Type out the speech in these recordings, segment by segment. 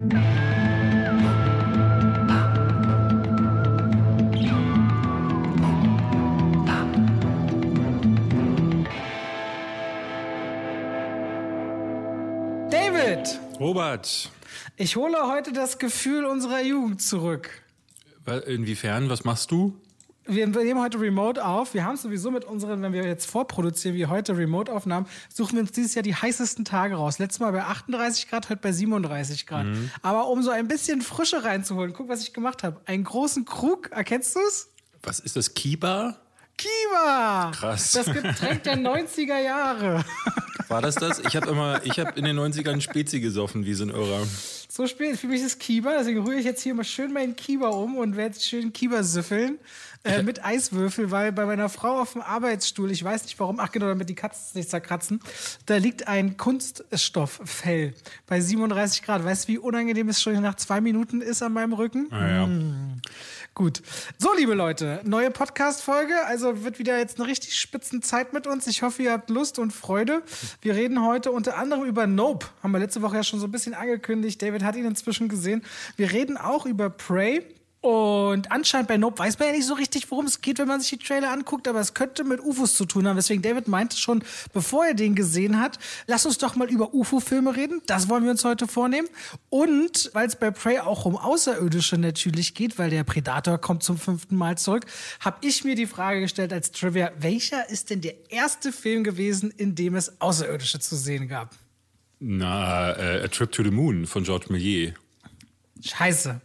David! Robert! Ich hole heute das Gefühl unserer Jugend zurück. Inwiefern? Was machst du? Wir nehmen heute Remote auf. Wir haben sowieso mit unseren, wenn wir jetzt vorproduzieren, wie heute Remote-Aufnahmen, suchen wir uns dieses Jahr die heißesten Tage raus. Letztes Mal bei 38 Grad, heute bei 37 Grad. Aber um so ein bisschen Frische reinzuholen, guck, was ich gemacht habe. Einen großen Krug, erkennst du es? Was ist das, Kiba? Kiba! Krass. Das Getränk der 90er Jahre. War das? Ich habe in den 90ern Spezi gesoffen, wie so ein Irrer. So spät, für mich ist Kiba, deswegen rühre ich jetzt hier mal schön meinen Kiba um und werde jetzt schön Kiba süffeln. Mit Eiswürfel, weil bei meiner Frau auf dem Arbeitsstuhl, ich weiß nicht warum, ach genau, damit die Katzen sich zerkratzen, da liegt ein Kunststofffell bei 37 Grad. Weißt du, wie unangenehm es schon nach 2 Minuten ist an meinem Rücken? Ja. Gut. So, liebe Leute, neue Podcast-Folge. Also wird wieder jetzt eine richtig spitzen Zeit mit uns. Ich hoffe, ihr habt Lust und Freude. Wir reden heute unter anderem über Nope. Haben wir letzte Woche ja schon so ein bisschen angekündigt. David hat ihn inzwischen gesehen. Wir reden auch über Prey. Und anscheinend bei Nope weiß man ja nicht so richtig, worum es geht, wenn man sich die Trailer anguckt, aber es könnte mit UFOs zu tun haben. Deswegen David meinte schon, bevor er den gesehen hat, lass uns doch mal über UFO-Filme reden. Das wollen wir uns heute vornehmen. Und weil es bei Prey auch um Außerirdische natürlich geht, weil der Predator kommt zum 5. Mal zurück, habe ich mir die Frage gestellt als Trivia, welcher ist denn der erste Film gewesen, in dem es Außerirdische zu sehen gab? A Trip to the Moon von Georges Méliès. Scheiße.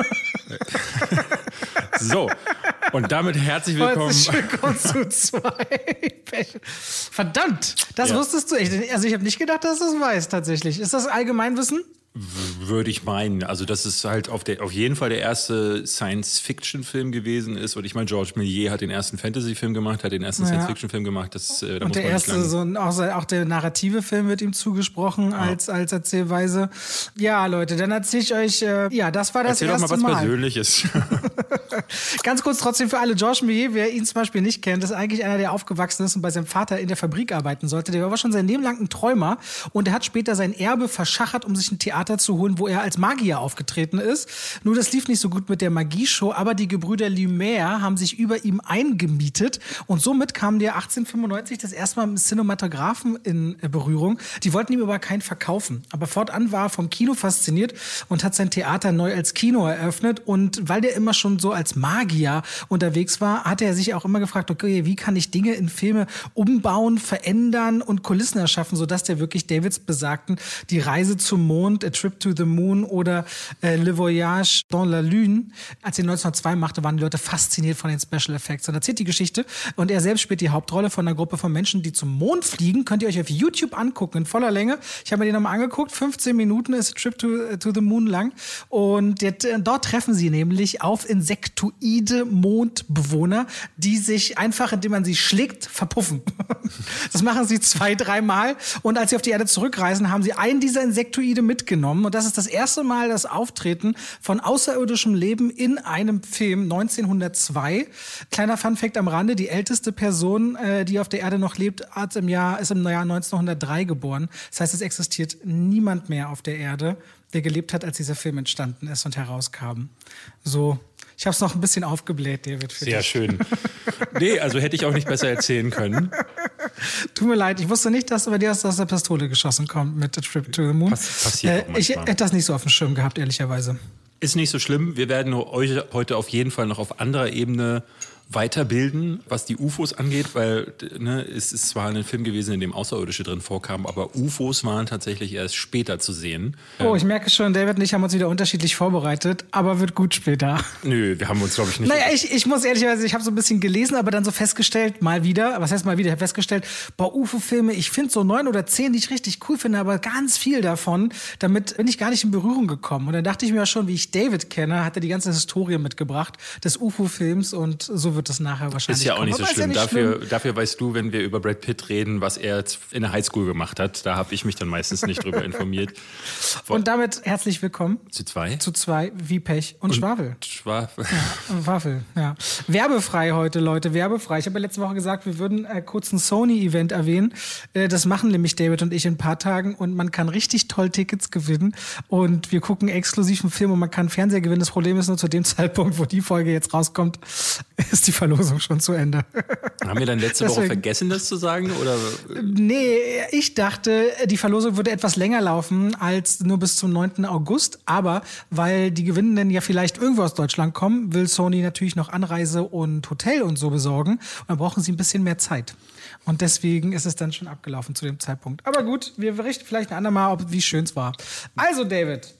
So, und damit herzlich willkommen. Willkommen zu 2. Verdammt, das wusstest du echt. Also ich habe nicht gedacht, dass du es weißt tatsächlich. Ist das Allgemeinwissen? Würde ich meinen. Also, dass es halt auf jeden Fall der erste Science-Fiction-Film gewesen ist. Und ich meine, Georges Méliès hat den ersten Fantasy-Film gemacht, hat den ersten Science-Fiction-Film gemacht. Und der erste, auch der narrative Film wird ihm zugesprochen als Erzählweise. Ja, Leute, dann erzähle ich euch, das war das Erzähl erste doch mal was Mal. Persönliches. Ganz kurz trotzdem für alle, Georges Méliès, wer ihn zum Beispiel nicht kennt, ist eigentlich einer, der aufgewachsen ist und bei seinem Vater in der Fabrik arbeiten sollte. Der war schon sein Leben lang ein Träumer und er hat später sein Erbe verschachert, um sich ein Theater zu holen, wo er als Magier aufgetreten ist. Nur das lief nicht so gut mit der Magieshow, aber die Gebrüder Lumière haben sich über ihm eingemietet und somit kam der 1895 das erste Mal mit Cinematographen in Berührung. Die wollten ihm aber keinen verkaufen. Aber fortan war er vom Kino fasziniert und hat sein Theater neu als Kino eröffnet und weil der immer schon so als Magier unterwegs war, hat er sich auch immer gefragt, okay, wie kann ich Dinge in Filme umbauen, verändern und Kulissen erschaffen, sodass der wirklich Davids besagten Die Reise zum Mond, A Trip to the Moon oder Le Voyage dans la Lune. Als er 1902 machte, waren die Leute fasziniert von den Special Effects. Und erzählt die Geschichte. Und er selbst spielt die Hauptrolle von einer Gruppe von Menschen, die zum Mond fliegen. Könnt ihr euch auf YouTube angucken, in voller Länge. Ich habe mir den nochmal angeguckt. 15 Minuten ist A Trip to the Moon lang. Und dort treffen sie nämlich auf insektoide Mondbewohner, die sich einfach, indem man sie schlägt, verpuffen. Das machen sie 2-3 Mal. Und als sie auf die Erde zurückreisen, haben sie einen dieser Insektoide mitgenommen. Und das ist das erste Mal das Auftreten von außerirdischem Leben in einem Film 1902. Kleiner Funfact am Rande, die älteste Person, die auf der Erde noch lebt, ist im Jahr 1903 geboren. Das heißt, es existiert niemand mehr auf der Erde, der gelebt hat, als dieser Film entstanden ist und herauskam. So, ich habe es noch ein bisschen aufgebläht, David. Sehr schön. Nee, also hätte ich auch nicht besser erzählen können. Tut mir leid, ich wusste nicht, dass bei dir aus der Pistole geschossen kommt mit The Trip to the Moon. Passiert auch ich hätte das nicht so auf dem Schirm gehabt, ehrlicherweise. Ist nicht so schlimm. Wir werden euch heute auf jeden Fall noch auf anderer Ebene weiterbilden, was die UFOs angeht, weil es ist zwar ein Film gewesen, in dem Außerirdische drin vorkamen, aber UFOs waren tatsächlich erst später zu sehen. Oh, ich merke schon, David und ich haben uns wieder unterschiedlich vorbereitet, aber wird gut später. Nö, wir haben uns, glaube ich, nicht... Naja, ich muss ehrlicherweise, ich habe so ein bisschen gelesen, aber dann so festgestellt, mal wieder, was heißt mal wieder, ich habe festgestellt, bei UFO-Filme, ich finde so 9 oder 10, die ich richtig cool finde, aber ganz viel davon, damit bin ich gar nicht in Berührung gekommen. Und dann dachte ich mir ja schon, wie ich David kenne, hat er die ganze Historie mitgebracht des UFO-Films und so wird wird das nachher wahrscheinlich Ist ja auch kommen. nicht so Aber schlimm. ist ja nicht Dafür weißt du, wenn wir über Brad Pitt reden, was er jetzt in der Highschool gemacht hat. Da habe ich mich dann meistens nicht drüber informiert. Und damit herzlich willkommen zu zwei. Zu zwei wie Pech und Schwafel. Schwafel. Ja, Waffel, ja. Werbefrei heute, Leute, werbefrei. Ich habe ja letzte Woche gesagt, wir würden kurz ein Sony-Event erwähnen. Das machen nämlich David und ich in ein paar Tagen und man kann richtig toll Tickets gewinnen und wir gucken exklusiv einen Film und man kann Fernseher gewinnen. Das Problem ist nur, zu dem Zeitpunkt, wo die Folge jetzt rauskommt, ist die Verlosung schon zu Ende. Haben wir dann letzte Woche vergessen, das zu sagen? Oder? Nee, ich dachte, die Verlosung würde etwas länger laufen als nur bis zum 9. August. Aber weil die Gewinnenden ja vielleicht irgendwo aus Deutschland kommen, will Sony natürlich noch Anreise und Hotel und so besorgen. Und dann brauchen sie ein bisschen mehr Zeit. Und deswegen ist es dann schon abgelaufen zu dem Zeitpunkt. Aber gut, wir berichten vielleicht ein andermal, wie schön es war. Also, David.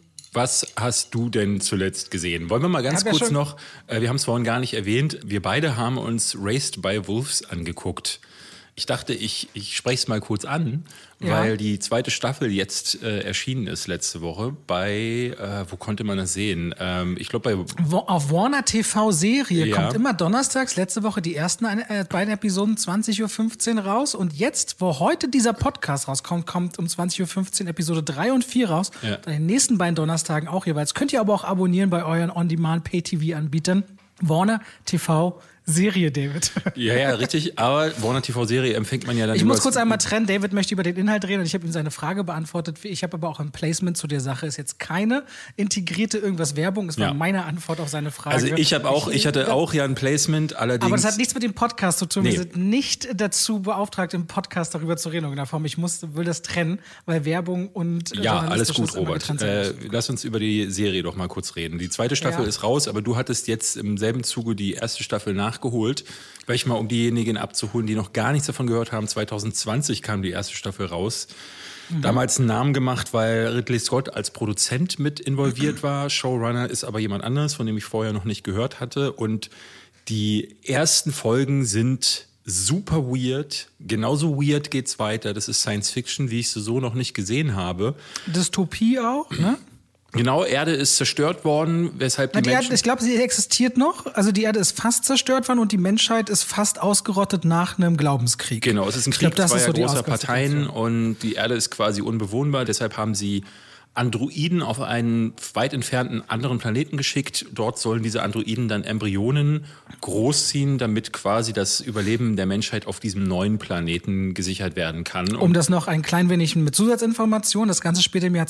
Was hast du denn zuletzt gesehen? Wollen wir mal ganz kurz noch, wir haben es vorhin gar nicht erwähnt, wir beide haben uns Raised by Wolves angeguckt. Ich dachte, ich spreche es mal kurz an, weil die zweite Staffel jetzt erschienen ist letzte Woche bei, wo konnte man das sehen? Ich glaube auf Warner TV Serie Ja. kommt immer donnerstags, letzte Woche die ersten beiden Episoden 20.15 Uhr raus und jetzt, wo heute dieser Podcast rauskommt, kommt um 20.15 Uhr Episode 3 und 4 raus. Ja. An den nächsten beiden Donnerstagen auch jeweils. Könnt ihr aber auch abonnieren bei euren On-Demand-Pay-TV-Anbietern. Warner TV Serie, David. Ja, richtig. Aber Warner TV-Serie empfängt man ja dann Ich muss kurz einmal trennen. David möchte über den Inhalt reden und ich habe ihm seine Frage beantwortet. Ich habe aber auch ein Placement zu der Sache. Ist jetzt keine integrierte irgendwas Werbung. Es war meine Antwort auf seine Frage. Also ich hatte auch ja ein Placement, allerdings. Aber das hat nichts mit dem Podcast zu tun. Nee. Wir sind nicht dazu beauftragt, im Podcast darüber zu reden. In der Form, will das trennen, weil Werbung und Ja, alles gut, immer Robert. getrennt sein muss. Lass uns über die Serie doch mal kurz reden. Die zweite Staffel ist raus, aber du hattest jetzt im selben Zuge die erste Staffel nachgeholt. Vielleicht mal, um diejenigen abzuholen, die noch gar nichts davon gehört haben. 2020 kam die erste Staffel raus. Damals einen Namen gemacht, weil Ridley Scott als Produzent mit involviert war. Showrunner ist aber jemand anderes, von dem ich vorher noch nicht gehört hatte. Und die ersten Folgen sind super weird. Genauso weird geht's weiter. Das ist Science Fiction, wie ich sie so noch nicht gesehen habe. Dystopie auch, ne? Genau, Erde ist zerstört worden, weshalb die Menschen... Ich glaube, sie existiert noch. Also die Erde ist fast zerstört worden und die Menschheit ist fast ausgerottet nach einem Glaubenskrieg. Genau, es ist ein Krieg zweier großer Parteien und die Erde ist quasi unbewohnbar. Deshalb haben sie Androiden auf einen weit entfernten anderen Planeten geschickt. Dort sollen diese Androiden dann Embryonen großziehen, damit quasi das Überleben der Menschheit auf diesem neuen Planeten gesichert werden kann. Um das noch ein klein wenig mit Zusatzinformationen, das Ganze spielt im Jahr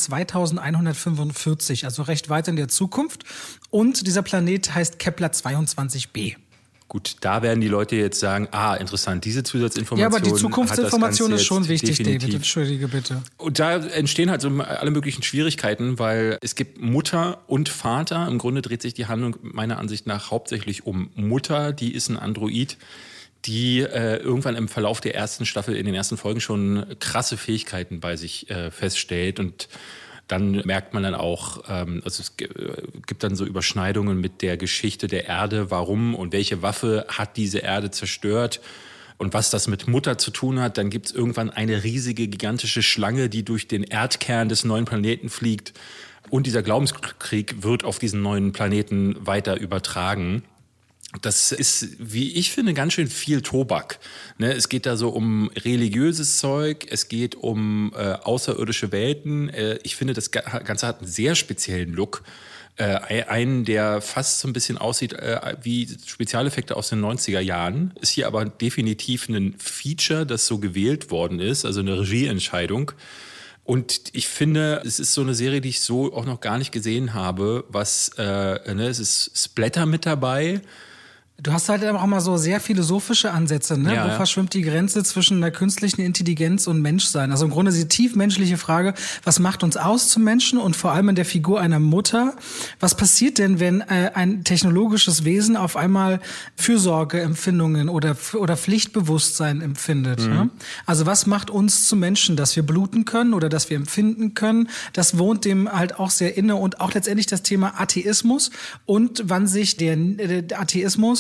2145, also recht weit in der Zukunft. Und dieser Planet heißt Kepler 22b. Gut, da werden die Leute jetzt sagen, interessant, diese Zusatzinformation. Ja, aber die Zukunftsinformation ist schon wichtig, definitiv. David. Entschuldige bitte. Und da entstehen halt so alle möglichen Schwierigkeiten, weil es gibt Mutter und Vater. Im Grunde dreht sich die Handlung meiner Ansicht nach hauptsächlich um Mutter. Die ist ein Android, die irgendwann im Verlauf der ersten Staffel, in den ersten Folgen schon krasse Fähigkeiten bei sich feststellt. Und dann merkt man dann auch, also es gibt dann so Überschneidungen mit der Geschichte der Erde, warum und welche Waffe hat diese Erde zerstört und was das mit Mutter zu tun hat. Dann gibt es irgendwann eine riesige, gigantische Schlange, die durch den Erdkern des neuen Planeten fliegt und dieser Glaubenskrieg wird auf diesen neuen Planeten weiter übertragen. Das ist, wie ich finde, ganz schön viel Tobak. Ne, es geht da so um religiöses Zeug, es geht um außerirdische Welten. Ich finde, das Ganze hat einen sehr speziellen Look. Einen, der fast so ein bisschen aussieht wie Spezialeffekte aus den 90er Jahren. Ist hier aber definitiv ein Feature, das so gewählt worden ist, also eine Regieentscheidung. Und ich finde, es ist so eine Serie, die ich so auch noch gar nicht gesehen habe. Es ist Splatter mit dabei. Du hast halt auch mal so sehr philosophische Ansätze, ne? Ja, Wo verschwimmt die Grenze zwischen der künstlichen Intelligenz und Menschsein? Also im Grunde die tiefmenschliche Frage, was macht uns aus zum Menschen und vor allem in der Figur einer Mutter? Was passiert denn, wenn ein technologisches Wesen auf einmal Fürsorgeempfindungen oder Pflichtbewusstsein empfindet? Ne? Also was macht uns zu Menschen, dass wir bluten können oder dass wir empfinden können? Das wohnt dem halt auch sehr inne und auch letztendlich das Thema Atheismus und wann sich der Atheismus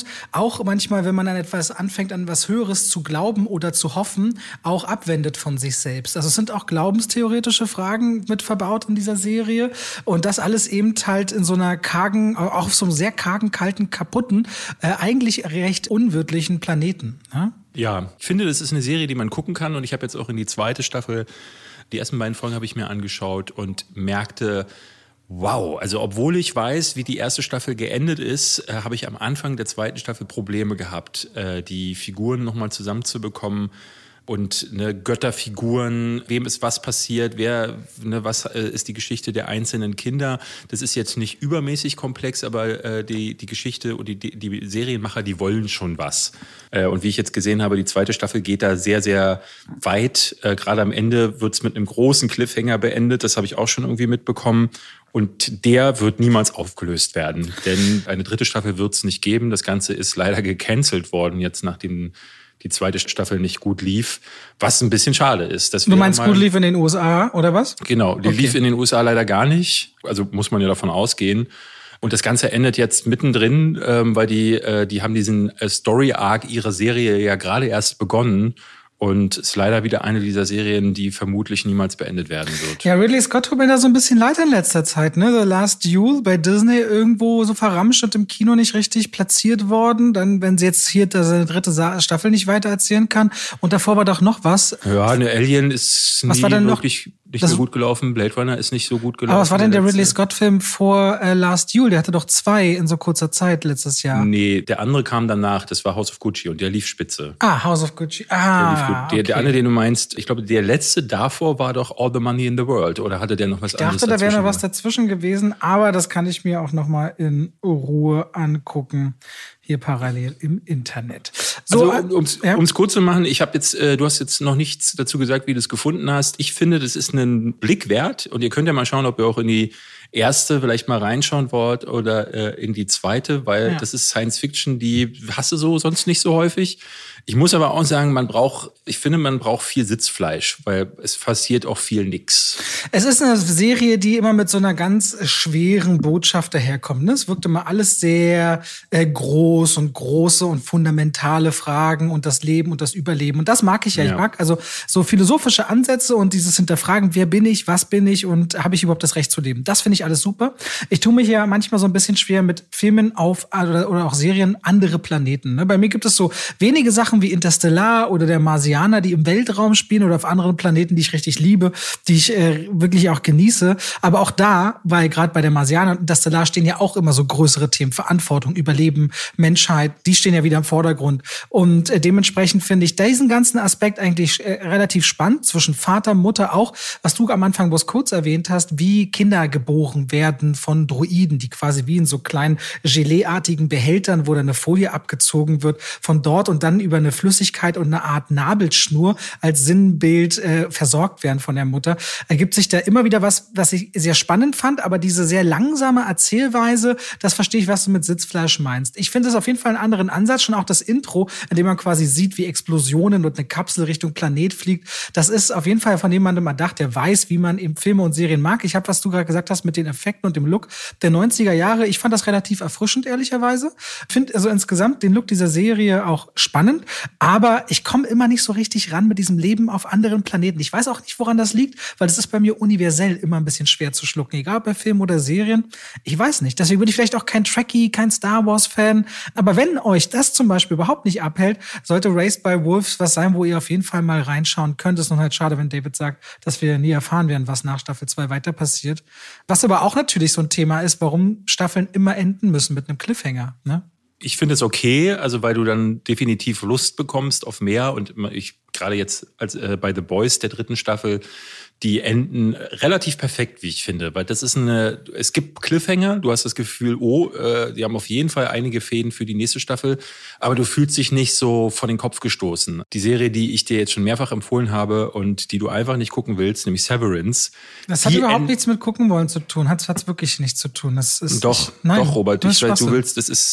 auch manchmal, wenn man an etwas anfängt, an was Höheres zu glauben oder zu hoffen, auch abwendet von sich selbst. Also es sind auch glaubenstheoretische Fragen mit verbaut in dieser Serie und das alles eben halt in so einer kargen, auch auf so einem sehr kargen, kalten, kaputten, eigentlich recht unwirtlichen Planeten. Ne? Ja, ich finde, das ist eine Serie, die man gucken kann und ich habe jetzt auch in die zweite Staffel, die ersten beiden Folgen habe ich mir angeschaut und merkte, wow, also obwohl ich weiß, wie die erste Staffel geendet ist, habe ich am Anfang der zweiten Staffel Probleme gehabt, die Figuren nochmal zusammenzubekommen und Götterfiguren, wem ist was passiert, was ist die Geschichte der einzelnen Kinder. Das ist jetzt nicht übermäßig komplex, aber die Geschichte und die Serienmacher, die wollen schon was. Und wie ich jetzt gesehen habe, die zweite Staffel geht da sehr, sehr weit. Gerade am Ende wird es mit einem großen Cliffhanger beendet, das habe ich auch schon irgendwie mitbekommen. Und der wird niemals aufgelöst werden, denn eine dritte Staffel wird es nicht geben. Das Ganze ist leider gecancelt worden, jetzt nachdem die zweite Staffel nicht gut lief, was ein bisschen schade ist. Du meinst, gut lief in den USA, oder was? Genau, die lief in den USA leider gar nicht, also muss man ja davon ausgehen. Und das Ganze endet jetzt mittendrin, weil die haben diesen Story-Arc ihrer Serie ja gerade erst begonnen. Und ist leider wieder eine dieser Serien, die vermutlich niemals beendet werden wird. Ja, Ridley Scott tut mir da so ein bisschen leid in letzter Zeit, ne? The Last Duel bei Disney irgendwo so verramscht und im Kino nicht richtig platziert worden. Dann, wenn sie jetzt hier seine dritte Staffel nicht weiter erzählen kann. Und davor war doch noch was. Ja, eine Alien ist nie wirklich nicht so gut gelaufen. Blade Runner ist nicht so gut gelaufen. Aber was war denn der Ridley Scott-Film vor Last Duel? Der hatte doch 2 in so kurzer Zeit letztes Jahr. Nee, der andere kam danach. Das war House of Gucci und der lief spitze. House of Gucci. Der andere, den du meinst, ich glaube, der letzte davor war doch All the Money in the World. Oder hatte der noch was anderes dazwischen? Ich dachte, da wäre noch was dazwischen gewesen. Aber das kann ich mir auch noch mal in Ruhe angucken. Hier parallel im Internet. So, also, um es kurz zu machen, ich habe jetzt, du hast jetzt noch nichts dazu gesagt, wie du es gefunden hast. Ich finde, das ist einen Blick wert und ihr könnt ja mal schauen, ob ihr auch in die erste vielleicht mal reinschauen wollt oder in die zweite, weil das ist Science Fiction, die hast du so sonst nicht so häufig. Ich muss aber auch sagen, man braucht viel Sitzfleisch, weil es passiert auch viel nix. Es ist eine Serie, die immer mit so einer ganz schweren Botschaft daherkommt. Ne? Es wirkt immer alles sehr groß und große und fundamentale Fragen und das Leben und das Überleben. Und das mag ich ja. Ich mag also so philosophische Ansätze und dieses Hinterfragen, wer bin ich, was bin ich und habe ich überhaupt das Recht zu leben. Das finde ich alles super. Ich tue mich ja manchmal so ein bisschen schwer mit Filmen oder auch Serien andere Planeten. Ne? Bei mir gibt es so wenige Sachen wie Interstellar oder der Marsianer, die im Weltraum spielen oder auf anderen Planeten, die ich richtig liebe, die ich wirklich auch genieße. Aber auch da, weil gerade bei der Marsianer und Interstellar stehen ja auch immer so größere Themen, Verantwortung, Überleben, Menschheit, die stehen ja wieder im Vordergrund. Und dementsprechend finde ich diesen ganzen Aspekt eigentlich relativ spannend, zwischen Vater, Mutter auch, was du am Anfang bloß kurz erwähnt hast, wie Kinder geboren werden von Droiden, die quasi wie in so kleinen Geleeartigen Behältern, wo dann eine Folie abgezogen wird, von dort und dann über eine Flüssigkeit und eine Art Nabelschnur als Sinnbild versorgt werden von der Mutter. Ergibt sich da immer wieder was ich sehr spannend fand, aber diese sehr langsame Erzählweise, das verstehe ich, was du mit Sitzfleisch meinst. Ich finde es auf jeden Fall einen anderen Ansatz, schon auch das Intro, in dem man quasi sieht, wie Explosionen und eine Kapsel Richtung Planet fliegt. Das ist auf jeden Fall von jemandem erdacht, der weiß, wie man eben Filme und Serien mag. Ich habe, was du gerade gesagt hast, mit den Effekten und dem Look der 90er Jahre, ich fand das relativ erfrischend, ehrlicherweise. Ich finde also insgesamt den Look dieser Serie auch spannend, aber ich komme immer nicht so richtig ran mit diesem Leben auf anderen Planeten. Ich weiß auch nicht, woran das liegt, weil es ist bei mir universell immer ein bisschen schwer zu schlucken, egal bei Filmen oder Serien. Ich weiß nicht. Deswegen bin ich vielleicht auch kein Trekkie, kein Star Wars-Fan. Aber wenn euch das zum Beispiel überhaupt nicht abhält, sollte Raised by Wolves was sein, wo ihr auf jeden Fall mal reinschauen könnt. Es ist nun halt schade, wenn David sagt, dass wir nie erfahren werden, was nach Staffel 2 weiter passiert. Was aber auch natürlich so ein Thema ist, warum Staffeln immer enden müssen mit einem Cliffhanger, ne? Ich finde es okay, also weil du dann definitiv Lust bekommst auf mehr und ich gerade jetzt bei The Boys der dritten Staffel, die enden relativ perfekt, wie ich finde, weil das ist es gibt Cliffhanger, du hast das Gefühl, die haben auf jeden Fall einige Fäden für die nächste Staffel, aber du fühlst dich nicht so vor den Kopf gestoßen. Die Serie, die ich dir jetzt schon mehrfach empfohlen habe und die du einfach nicht gucken willst, nämlich Severance. Das hat überhaupt nichts mit gucken wollen zu tun, hat's wirklich nichts zu tun. Das ist doch, Robert, du willst,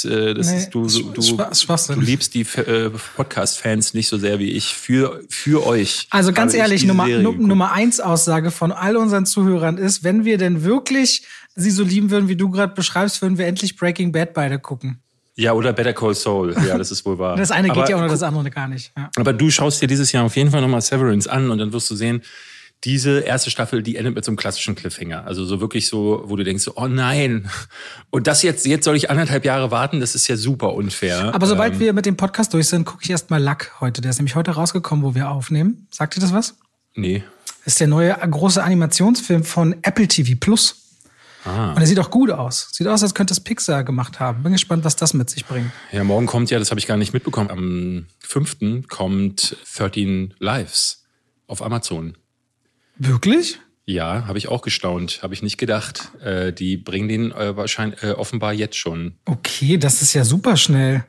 du liebst die Podcast-Fans nicht so sehr wie ich für euch. Also ganz ehrlich, Nummer 1 Aussage von all unseren Zuhörern ist, wenn wir denn wirklich sie so lieben würden, wie du gerade beschreibst, würden wir endlich Breaking Bad beide gucken. Ja, oder Better Call Saul. Ja, das ist wohl wahr. Das eine geht ja ohne das andere gar nicht. Ja. Aber du schaust dir dieses Jahr auf jeden Fall nochmal Severance an und dann wirst du sehen, diese erste Staffel, die endet mit so einem klassischen Cliffhanger. Also so wirklich so, wo du denkst, so, oh nein. Und das jetzt soll ich 1,5 Jahre warten, das ist ja super unfair. Aber sobald wir mit dem Podcast durch sind, gucke ich erst mal Luck heute. Der ist nämlich heute rausgekommen, wo wir aufnehmen. Sagt dir das was? Nee. Das ist der neue große Animationsfilm von Apple TV Plus. Und er sieht auch gut aus. Sieht aus, als könnte es Pixar gemacht haben. Bin gespannt, was das mit sich bringt. Ja, morgen kommt ja, das habe ich gar nicht mitbekommen, am 5. kommt 13 Lives auf Amazon. Wirklich? Ja, habe ich auch gestaunt. Habe ich nicht gedacht. Die bringen den wahrscheinlich offenbar jetzt schon. Okay, das ist ja super schnell.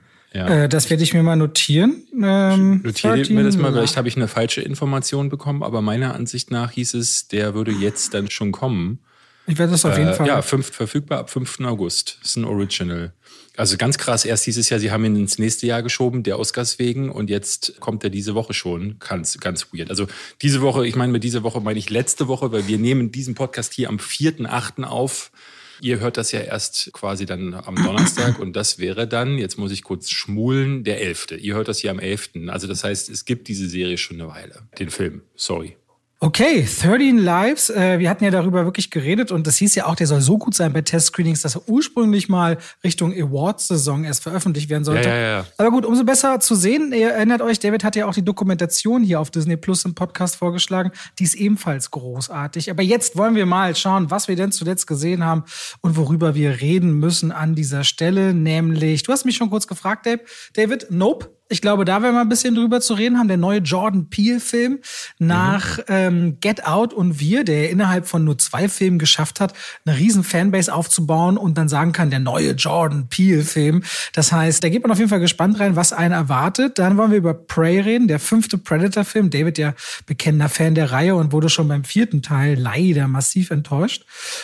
Ja. Das werde ich mir mal notieren. Notiere mir das mal, vielleicht habe ich eine falsche Information bekommen, aber meiner Ansicht nach hieß es, der würde jetzt dann schon kommen. Ich werde das auf jeden Fall. Ja, verfügbar ab 5. August. Das ist ein Original. Also ganz krass, erst dieses Jahr, sie haben ihn ins nächste Jahr geschoben, der Oscars wegen, und jetzt kommt er diese Woche schon. Ganz weird. Also diese Woche, ich meine mit dieser Woche meine ich letzte Woche, weil wir nehmen diesen Podcast hier am 4.8. auf. Ihr hört das ja erst quasi dann am Donnerstag und das wäre dann, jetzt muss ich kurz schmulen, der 11. Ihr hört das hier am 11. Also das heißt, es gibt diese Serie schon eine Weile. Den Film, sorry. Okay, 13 Lives. Wir hatten ja darüber wirklich geredet und das hieß ja auch, der soll so gut sein bei Test-Screenings, dass er ursprünglich mal Richtung Awards-Saison erst veröffentlicht werden sollte. Ja. Aber gut, umso besser zu sehen. Ihr erinnert euch, David hat ja auch die Dokumentation hier auf Disney Plus im Podcast vorgeschlagen. Die ist ebenfalls großartig. Aber jetzt wollen wir mal schauen, was wir denn zuletzt gesehen haben und worüber wir reden müssen an dieser Stelle. Nämlich, du hast mich schon kurz gefragt, David, Nope. Ich glaube, da werden wir ein bisschen drüber zu reden haben. Der neue Jordan Peele-Film nach Get Out und Wir, der innerhalb von nur 2 Filmen geschafft hat, eine riesen Fanbase aufzubauen und dann sagen kann, der neue Jordan Peele-Film. Das heißt, da geht man auf jeden Fall gespannt rein, was einen erwartet. Dann wollen wir über Prey reden, der 5. Predator-Film. David ja bekennender Fan der Reihe und wurde schon beim 4. Teil leider massiv enttäuscht.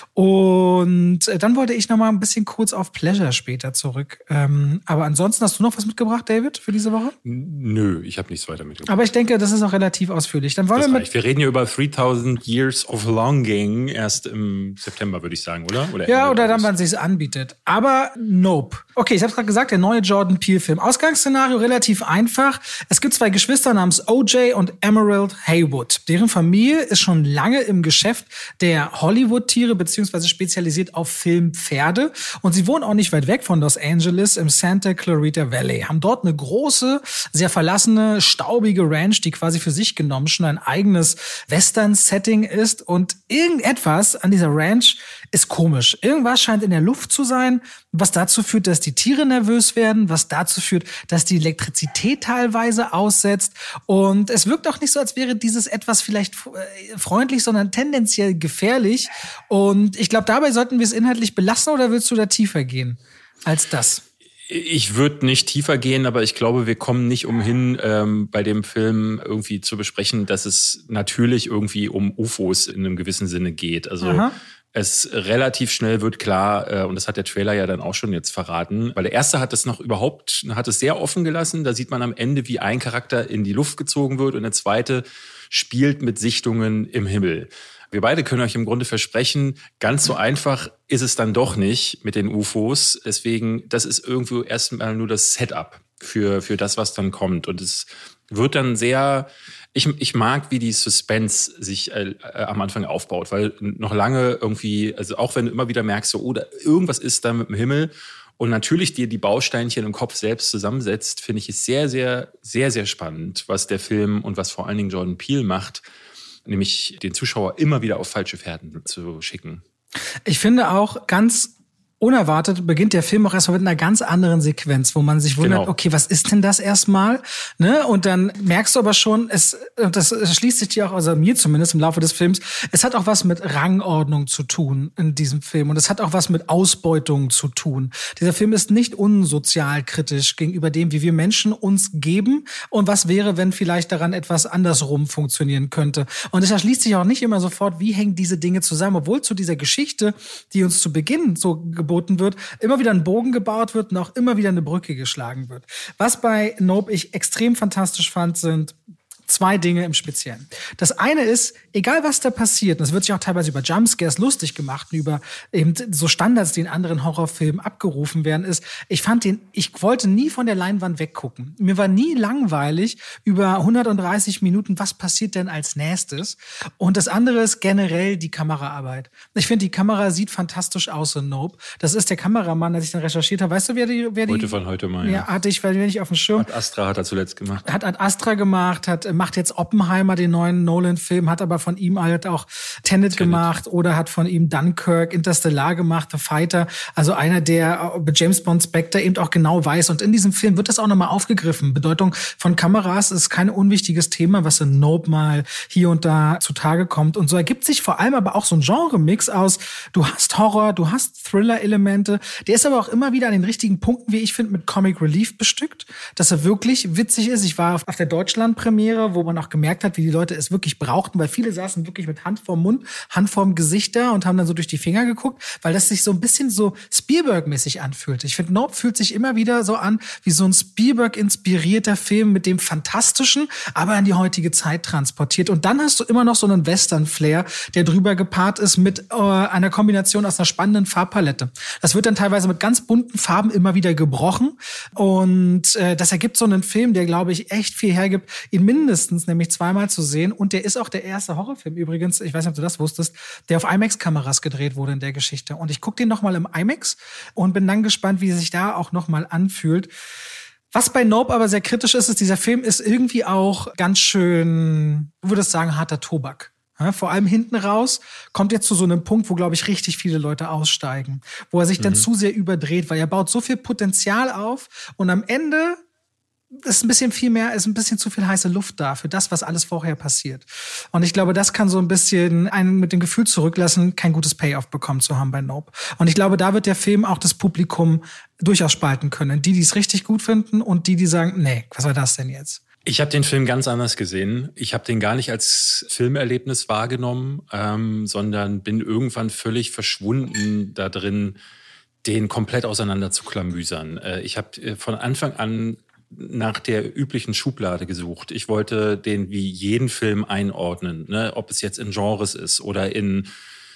Und dann wollte ich noch mal ein bisschen kurz auf Pleasure später zurück. Aber ansonsten hast du noch was mitgebracht, David, für diese Woche? Nö, ich habe nichts weiter mitgebracht. Aber ich denke, das ist auch relativ ausführlich. Dann wollen wir reden ja über 3000 Years of Longing erst im September, würde ich sagen, oder? Oder dann, wann es sich anbietet. Aber Nope. Okay, ich habe gerade gesagt, der neue Jordan Peele-Film. Ausgangsszenario relativ einfach. Es gibt 2 Geschwister namens OJ und Emerald Haywood. Deren Familie ist schon lange im Geschäft der Hollywood-Tiere beziehungsweise spezialisiert auf Filmpferde. Und sie wohnen auch nicht weit weg von Los Angeles im Santa Clarita Valley. Haben dort eine große, sehr verlassene, staubige Ranch, die quasi für sich genommen schon ein eigenes Western-Setting ist. Und irgendetwas an dieser Ranch ist komisch. Irgendwas scheint in der Luft zu sein, was dazu führt, dass die Tiere nervös werden, was dazu führt, dass die Elektrizität teilweise aussetzt. Und es wirkt auch nicht so, als wäre dieses etwas vielleicht freundlich, sondern tendenziell gefährlich. Und ich glaube, dabei sollten wir es inhaltlich belassen, oder willst du da tiefer gehen als das? Ich würde nicht tiefer gehen, aber ich glaube, wir kommen nicht umhin, bei dem Film irgendwie zu besprechen, dass es natürlich irgendwie um UFOs in einem gewissen Sinne geht. Also es relativ schnell wird klar, und das hat der Trailer ja dann auch schon jetzt verraten, weil der erste hat es sehr offen gelassen. Da sieht man am Ende, wie ein Charakter in die Luft gezogen wird und der zweite spielt mit Sichtungen im Himmel. Wir beide können euch im Grunde versprechen, ganz so einfach ist es dann doch nicht mit den UFOs. Deswegen, das ist irgendwo erstmal nur das Setup für das, was dann kommt. Und es wird dann sehr, ich mag, wie die Suspense sich am Anfang aufbaut, weil noch lange irgendwie, also auch wenn du immer wieder merkst, so, oder irgendwas ist da mit dem Himmel und natürlich dir die Bausteinchen im Kopf selbst zusammensetzt, finde ich es sehr, sehr, sehr, sehr spannend, was der Film und was vor allen Dingen Jordan Peele macht, nämlich den Zuschauer immer wieder auf falsche Fährten zu schicken. Ich finde auch ganz unerwartet beginnt der Film auch erstmal mit einer ganz anderen Sequenz, wo man sich wundert, okay, was ist denn das erstmal? Ne? Und dann merkst du aber schon, das schließt sich dir auch, also mir zumindest im Laufe des Films, es hat auch was mit Rangordnung zu tun in diesem Film und es hat auch was mit Ausbeutung zu tun. Dieser Film ist nicht unsozialkritisch gegenüber dem, wie wir Menschen uns geben und was wäre, wenn vielleicht daran etwas andersrum funktionieren könnte. Und es erschließt sich auch nicht immer sofort, wie hängen diese Dinge zusammen, obwohl zu dieser Geschichte, die uns zu Beginn so geboten wird, immer wieder ein Bogen gebaut wird und auch immer wieder eine Brücke geschlagen wird. Was bei Nope ich extrem fantastisch fand, sind 2 Dinge im Speziellen. Das eine ist, egal was da passiert, und es wird sich auch teilweise über Jumpscares lustig gemacht, über eben so Standards, die in anderen Horrorfilmen abgerufen werden, ist, ich wollte nie von der Leinwand weggucken. Mir war nie langweilig über 130 Minuten, was passiert denn als nächstes? Und das andere ist generell die Kameraarbeit. Ich finde, die Kamera sieht fantastisch aus in Nope. Das ist der Kameramann, als ich dann recherchiert habe. Weißt du, wer die Heute von heute mal. Ja, hatte ich, weil ich auf dem Schirm. Ad Astra hat er zuletzt gemacht. Hat Ad Astra gemacht, macht jetzt Oppenheimer, den neuen Nolan-Film, hat aber von ihm halt auch Tenet gemacht oder hat von ihm Dunkirk, Interstellar gemacht, The Fighter. Also einer, der bei James Bond Spectre eben auch genau weiß. Und in diesem Film wird das auch nochmal aufgegriffen. Bedeutung von Kameras ist kein unwichtiges Thema, was in Nope mal hier und da zutage kommt. Und so ergibt sich vor allem aber auch so ein Genre-Mix aus, du hast Horror, du hast Thriller-Elemente. Der ist aber auch immer wieder an den richtigen Punkten, wie ich finde, mit Comic Relief bestückt, dass er wirklich witzig ist. Ich war auf der Deutschland-Premiere, wo man auch gemerkt hat, wie die Leute es wirklich brauchten, weil viele saßen wirklich mit Hand vorm Mund, Hand vorm Gesicht da und haben dann so durch die Finger geguckt, weil das sich so ein bisschen so Spielberg-mäßig anfühlt. Ich finde, Nope fühlt sich immer wieder so an wie so ein Spielberg-inspirierter Film mit dem Fantastischen, aber in die heutige Zeit transportiert. Und dann hast du immer noch so einen Western-Flair, der drüber gepaart ist mit einer Kombination aus einer spannenden Farbpalette. Das wird dann teilweise mit ganz bunten Farben immer wieder gebrochen. Und das ergibt so einen Film, der, glaube ich, echt viel hergibt, ihn mindestens nämlich 2-mal zu sehen. Und der ist auch der erste Horrorfilm übrigens, ich weiß nicht, ob du das wusstest, der auf IMAX-Kameras gedreht wurde in der Geschichte. Und ich gucke den nochmal im IMAX und bin dann gespannt, wie sich da auch nochmal anfühlt. Was bei Nope aber sehr kritisch ist, dieser Film ist irgendwie auch ganz schön, ich würde sagen, harter Tobak. Ja, vor allem hinten raus kommt jetzt zu so einem Punkt, wo, glaube ich, richtig viele Leute aussteigen. Wo er sich dann zu sehr überdreht, weil er baut so viel Potenzial auf und am Ende ist ein bisschen zu viel heiße Luft da für das, was alles vorher passiert. Und ich glaube, das kann so ein bisschen einen mit dem Gefühl zurücklassen, kein gutes Payoff bekommen zu haben bei Nope. Und ich glaube, da wird der Film auch das Publikum durchaus spalten können. Die es richtig gut finden und die sagen, nee, was war das denn jetzt? Ich habe den Film ganz anders gesehen. Ich habe den gar nicht als Filmerlebnis wahrgenommen, sondern bin irgendwann völlig verschwunden da drin, den komplett auseinander zu klamüsern. Ich habe von Anfang an nach der üblichen Schublade gesucht. Ich wollte den wie jeden Film einordnen, ne? Ob es jetzt in Genres ist oder in...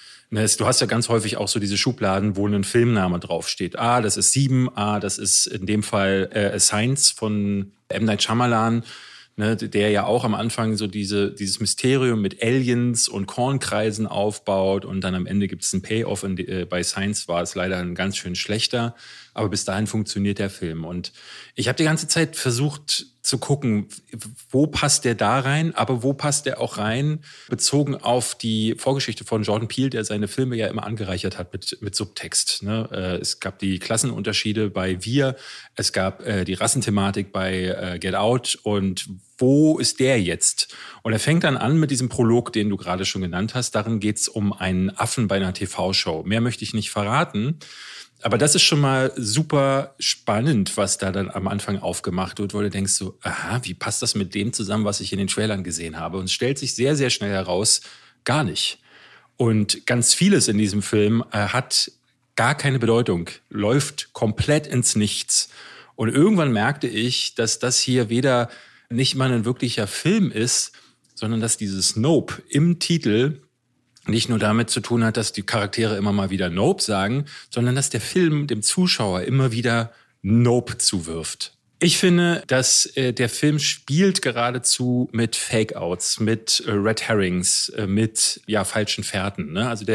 Du hast ja ganz häufig auch so diese Schubladen, wo ein Filmname draufsteht. Das ist 7, das ist in dem Fall Science von M. Night Shyamalan, ne, der ja auch am Anfang so dieses Mysterium mit Aliens und Kornkreisen aufbaut und dann am Ende gibt es einen Payoff. Bei Science war es leider ein ganz schön schlechter, aber bis dahin funktioniert der Film. Und ich habe die ganze Zeit versucht zu gucken, wo passt der da rein, aber wo passt der auch rein, bezogen auf die Vorgeschichte von Jordan Peele, der seine Filme ja immer angereichert hat mit Subtext. Ne? Es gab die Klassenunterschiede bei Wir, es gab die Rassenthematik bei Get Out und wo ist der jetzt? Und er fängt dann an mit diesem Prolog, den du gerade schon genannt hast. Darin geht's um einen Affen bei einer TV-Show. Mehr möchte ich nicht verraten. Aber das ist schon mal super spannend, was da dann am Anfang aufgemacht wird, wo du denkst so, aha, wie passt das mit dem zusammen, was ich in den Trailern gesehen habe? Und es stellt sich sehr, sehr schnell heraus, gar nicht. Und ganz vieles in diesem Film hat gar keine Bedeutung, läuft komplett ins Nichts. Und irgendwann merkte ich, dass das hier weder nicht mal ein wirklicher Film ist, sondern dass dieses Nope im Titel nicht nur damit zu tun hat, dass die Charaktere immer mal wieder Nope sagen, sondern dass der Film dem Zuschauer immer wieder Nope zuwirft. Ich finde, dass der Film spielt geradezu mit Fake-Outs, mit Red Herrings, mit falschen Fährten. Ne? Also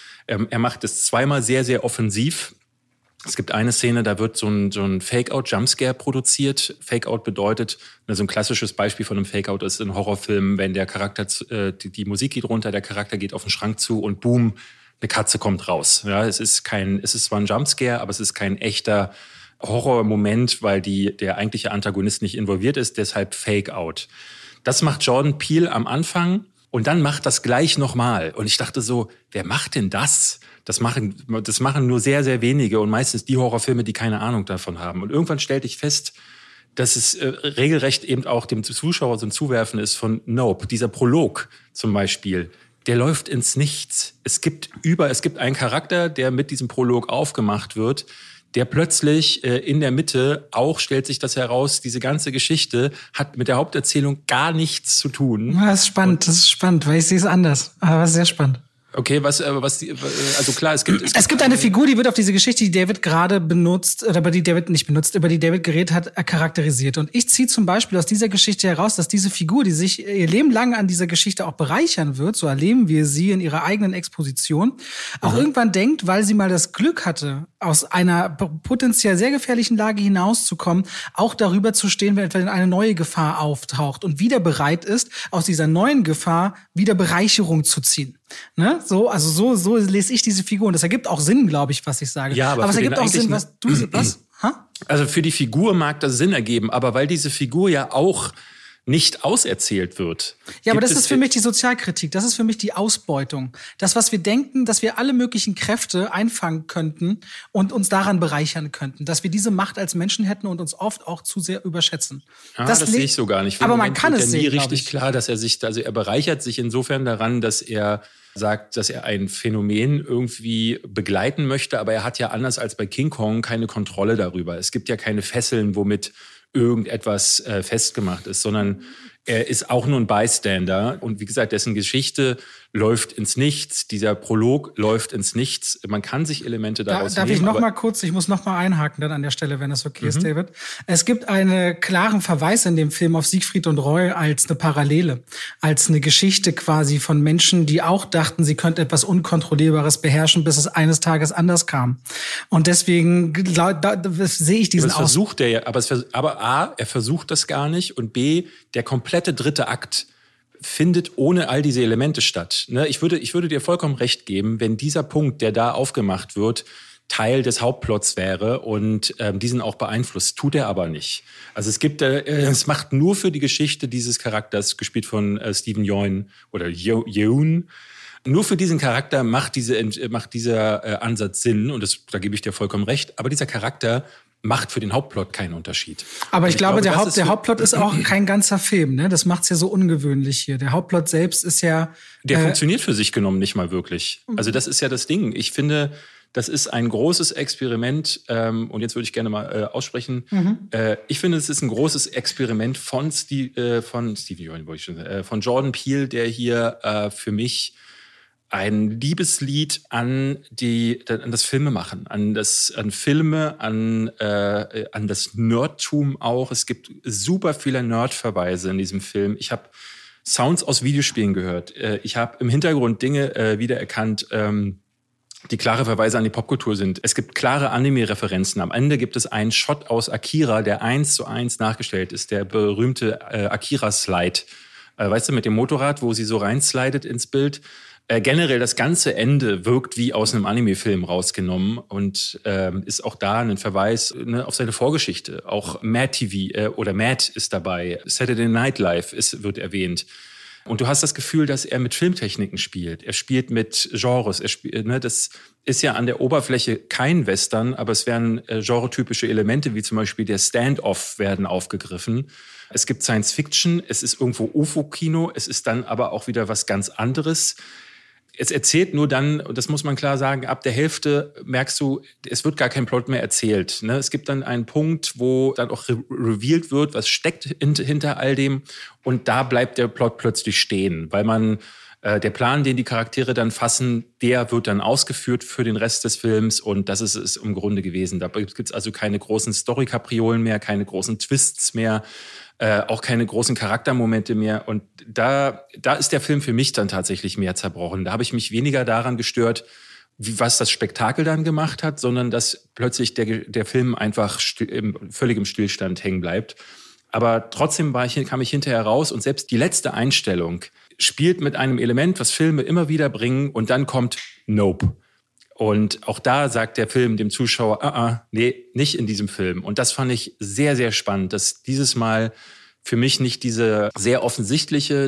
er macht es 2-mal sehr, sehr offensiv. Es gibt eine Szene, da wird so ein Fake-Out-Jumpscare produziert. Fake-Out bedeutet, so ein klassisches Beispiel von einem Fake-Out ist in Horrorfilmen, wenn der Charakter, die Musik geht runter, der Charakter geht auf den Schrank zu und boom, eine Katze kommt raus. Ja, es ist zwar ein Jumpscare, aber es ist kein echter Horrormoment, weil der eigentliche Antagonist nicht involviert ist, deshalb Fake-Out. Das macht Jordan Peele am Anfang und dann macht das gleich nochmal. Und ich dachte so, wer macht denn das? Das machen nur sehr, sehr wenige und meistens die Horrorfilme, die keine Ahnung davon haben. Und irgendwann stellte ich fest, dass es regelrecht eben auch dem Zuschauer so ein Zuwerfen ist von Nope. Dieser Prolog zum Beispiel, der läuft ins Nichts. Es gibt einen Charakter, der mit diesem Prolog aufgemacht wird, der plötzlich in der Mitte auch, stellt sich das heraus, diese ganze Geschichte hat mit der Haupterzählung gar nichts zu tun. Das ist spannend, weil ich sehe es anders. Aber sehr spannend. Okay, also klar, es gibt eine Figur, die wird auf diese Geschichte, die David gerade benutzt, oder über die David nicht benutzt, über die David geredet hat, charakterisiert. Und ich ziehe zum Beispiel aus dieser Geschichte heraus, dass diese Figur, die sich ihr Leben lang an dieser Geschichte auch bereichern wird, so erleben wir sie in ihrer eigenen Exposition, auch irgendwann denkt, weil sie mal das Glück hatte, aus einer potenziell sehr gefährlichen Lage hinauszukommen, auch darüber zu stehen, wenn etwa eine neue Gefahr auftaucht und wieder bereit ist, aus dieser neuen Gefahr wieder Bereicherung zu ziehen. Ne? So lese ich diese Figur. Und das ergibt auch Sinn, glaube ich, was ich sage. Ja, aber es ergibt auch Sinn, was du was? Also für die Figur mag das Sinn ergeben, aber weil diese Figur ja auch nicht auserzählt wird. Ja, aber das ist für mich die Sozialkritik. Das ist für mich die Ausbeutung. Das, was wir denken, dass wir alle möglichen Kräfte einfangen könnten und uns daran bereichern könnten. Dass wir diese Macht als Menschen hätten und uns oft auch zu sehr überschätzen. Das sehe ich so gar nicht. Aber man kann es sehen, richtig klar, dass er bereichert sich insofern daran, dass er sagt, dass er ein Phänomen irgendwie begleiten möchte, aber er hat ja anders als bei King Kong keine Kontrolle darüber. Es gibt ja keine Fesseln, womit irgendetwas festgemacht ist, sondern er ist auch nur ein Bystander. Und wie gesagt, dessen Geschichte läuft ins Nichts. Dieser Prolog läuft ins Nichts. Man kann sich Elemente daraus nehmen. Darf ich noch mal kurz, ich muss noch mal einhaken dann an der Stelle, wenn das okay ist, David. Es gibt einen klaren Verweis in dem Film auf Siegfried und Roy als eine Parallele, als eine Geschichte quasi von Menschen, die auch dachten, sie könnten etwas Unkontrollierbares beherrschen, bis es eines Tages anders kam. Und deswegen sehe ich diesen versucht er ja, aber A, er versucht das gar nicht und B, der komplette dritte Akt findet ohne all diese Elemente statt. Ne? Ich würde dir vollkommen recht geben, wenn dieser Punkt, der da aufgemacht wird, Teil des Hauptplots wäre und diesen auch beeinflusst. Tut er aber nicht. Also es macht nur für die Geschichte dieses Charakters, gespielt von Steven Yeun oder Yeun, nur für diesen Charakter macht dieser Ansatz Sinn und da gebe ich dir vollkommen recht. Aber dieser Charakter macht für den Hauptplot keinen Unterschied. Aber ich glaube, der Hauptplot ist auch kein ganzer Film, ne? Das macht's ja so ungewöhnlich hier. Der Hauptplot selbst ist ja... Der funktioniert für sich genommen nicht mal wirklich. Also das ist ja das Ding. Ich finde, das ist ein großes Experiment, und jetzt würde ich gerne mal aussprechen. Ich finde, es ist ein großes Experiment von Jordan Peele, der hier für mich ein Liebeslied an das Filmemachen, an Filme, an das Nerdtum auch. Es gibt super viele Nerdverweise in diesem Film. Ich habe Sounds aus Videospielen gehört. Ich habe im Hintergrund Dinge wiedererkannt, die klare Verweise an die Popkultur sind. Es gibt klare Anime-Referenzen. Am Ende gibt es einen Shot aus Akira, der 1:1 nachgestellt ist. Der berühmte Akira-Slide. Weißt du, mit dem Motorrad, wo sie so reinslidet ins Bild. Generell das ganze Ende wirkt wie aus einem Anime-Film rausgenommen und ist auch da ein Verweis auf seine Vorgeschichte. Auch Mad TV oder Mad ist dabei. Saturday Night Live wird erwähnt. Und du hast das Gefühl, dass er mit Filmtechniken spielt. Er spielt mit Genres. Das ist ja an der Oberfläche kein Western, aber es werden genretypische Elemente, wie zum Beispiel der Standoff, werden aufgegriffen. Es gibt Science Fiction, es ist irgendwo UFO-Kino, es ist dann aber auch wieder was ganz anderes. Es erzählt nur dann, und das muss man klar sagen, ab der Hälfte merkst du, es wird gar kein Plot mehr erzählt. Ne? Es gibt dann einen Punkt, wo dann auch revealed wird, was steckt hinter all dem. Und da bleibt der Plot plötzlich stehen, weil der Plan, den die Charaktere dann fassen, der wird dann ausgeführt für den Rest des Films. Und das ist es im Grunde gewesen. Da gibt es also keine großen Story-Kapriolen mehr, keine großen Twists mehr. Auch keine großen Charaktermomente mehr. Und da ist der Film für mich dann tatsächlich mehr zerbrochen. Da habe ich mich weniger daran gestört, was das Spektakel dann gemacht hat, sondern dass plötzlich der Film einfach völlig im Stillstand hängen bleibt. Aber trotzdem kam ich hinterher raus und selbst die letzte Einstellung spielt mit einem Element, was Filme immer wieder bringen, und dann kommt Nope. Und auch da sagt der Film dem Zuschauer, nee, nicht in diesem Film. Und das fand ich sehr, sehr spannend, dass dieses Mal für mich nicht diese sehr offensichtliche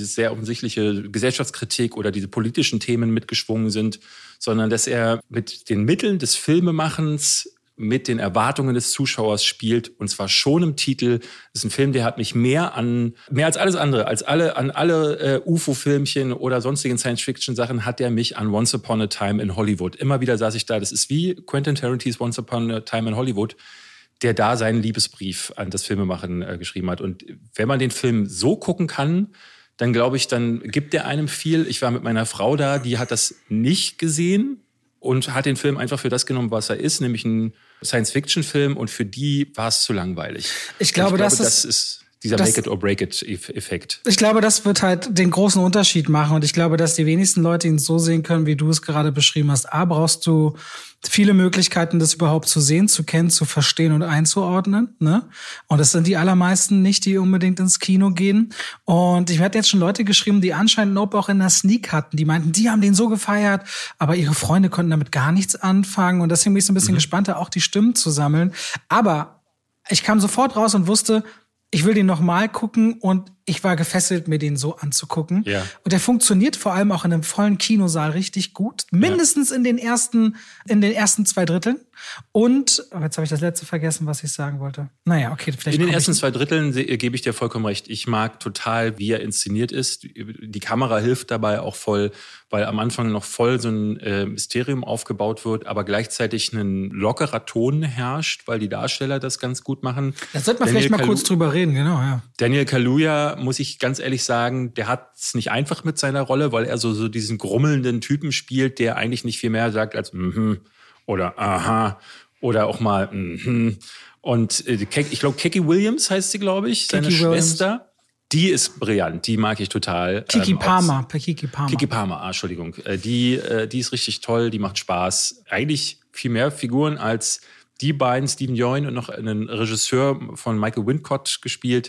Gesellschaftskritik oder diese politischen Themen mitgeschwungen sind, sondern dass er mit den Mitteln des Filmemachens mit den Erwartungen des Zuschauers spielt, und zwar schon im Titel. Das ist ein Film, der hat mich mehr als alles andere, an alle UFO-Filmchen oder sonstigen Science-Fiction-Sachen, hat der mich an Once Upon a Time in Hollywood. Immer wieder saß ich da, das ist wie Quentin Tarantinos Once Upon a Time in Hollywood, der da seinen Liebesbrief an das Filmemachen geschrieben hat. Und wenn man den Film so gucken kann, dann glaube ich, dann gibt der einem viel. Ich war mit meiner Frau da, die hat das nicht gesehen und hat den Film einfach für das genommen, was er ist, nämlich ein Science-Fiction-Film, und für die war es zu langweilig. Ich glaube, das ist dieser Make-it-or-break-it-Effekt. Ich glaube, das wird halt den großen Unterschied machen, und ich glaube, dass die wenigsten Leute ihn so sehen können, wie du es gerade beschrieben hast. A, brauchst du viele Möglichkeiten, das überhaupt zu sehen, zu kennen, zu verstehen und einzuordnen, ne? Und das sind die allermeisten nicht, die unbedingt ins Kino gehen. Und ich hatte jetzt schon Leute geschrieben, die anscheinend Nope auch in der Sneak hatten. Die meinten, die haben den so gefeiert, aber ihre Freunde konnten damit gar nichts anfangen. Und deswegen bin ich so ein bisschen gespannter, auch die Stimmen zu sammeln. Aber ich kam sofort raus und wusste, ich will den nochmal gucken, und ich war gefesselt, mir den so anzugucken. Ja. Und der funktioniert vor allem auch in einem vollen Kinosaal richtig gut. Mindestens in den ersten 2 Dritteln. Und, aber jetzt habe ich das letzte vergessen, was ich sagen wollte. Naja, okay, vielleicht. In den ersten 2 Dritteln gebe ich dir vollkommen recht. Ich mag total, wie er inszeniert ist. Die Kamera hilft dabei auch voll, weil am Anfang noch voll so ein Mysterium aufgebaut wird, aber gleichzeitig ein lockerer Ton herrscht, weil die Darsteller das ganz gut machen. Da sollte man vielleicht mal kurz drüber reden, genau, ja. Daniel Kaluuya, muss ich ganz ehrlich sagen, der hat es nicht einfach mit seiner Rolle, weil er so diesen grummelnden Typen spielt, der eigentlich nicht viel mehr sagt als oder aha oder auch mal Und ich glaube, Keke Williams heißt sie, glaube ich, seine Schwester. Die ist brillant, die mag ich total. Keke Palmer. Keke Palmer, Entschuldigung. Die ist richtig toll, die macht Spaß. Eigentlich viel mehr Figuren als die beiden, Steven Yeun und noch einen Regisseur von Michael Wincott gespielt.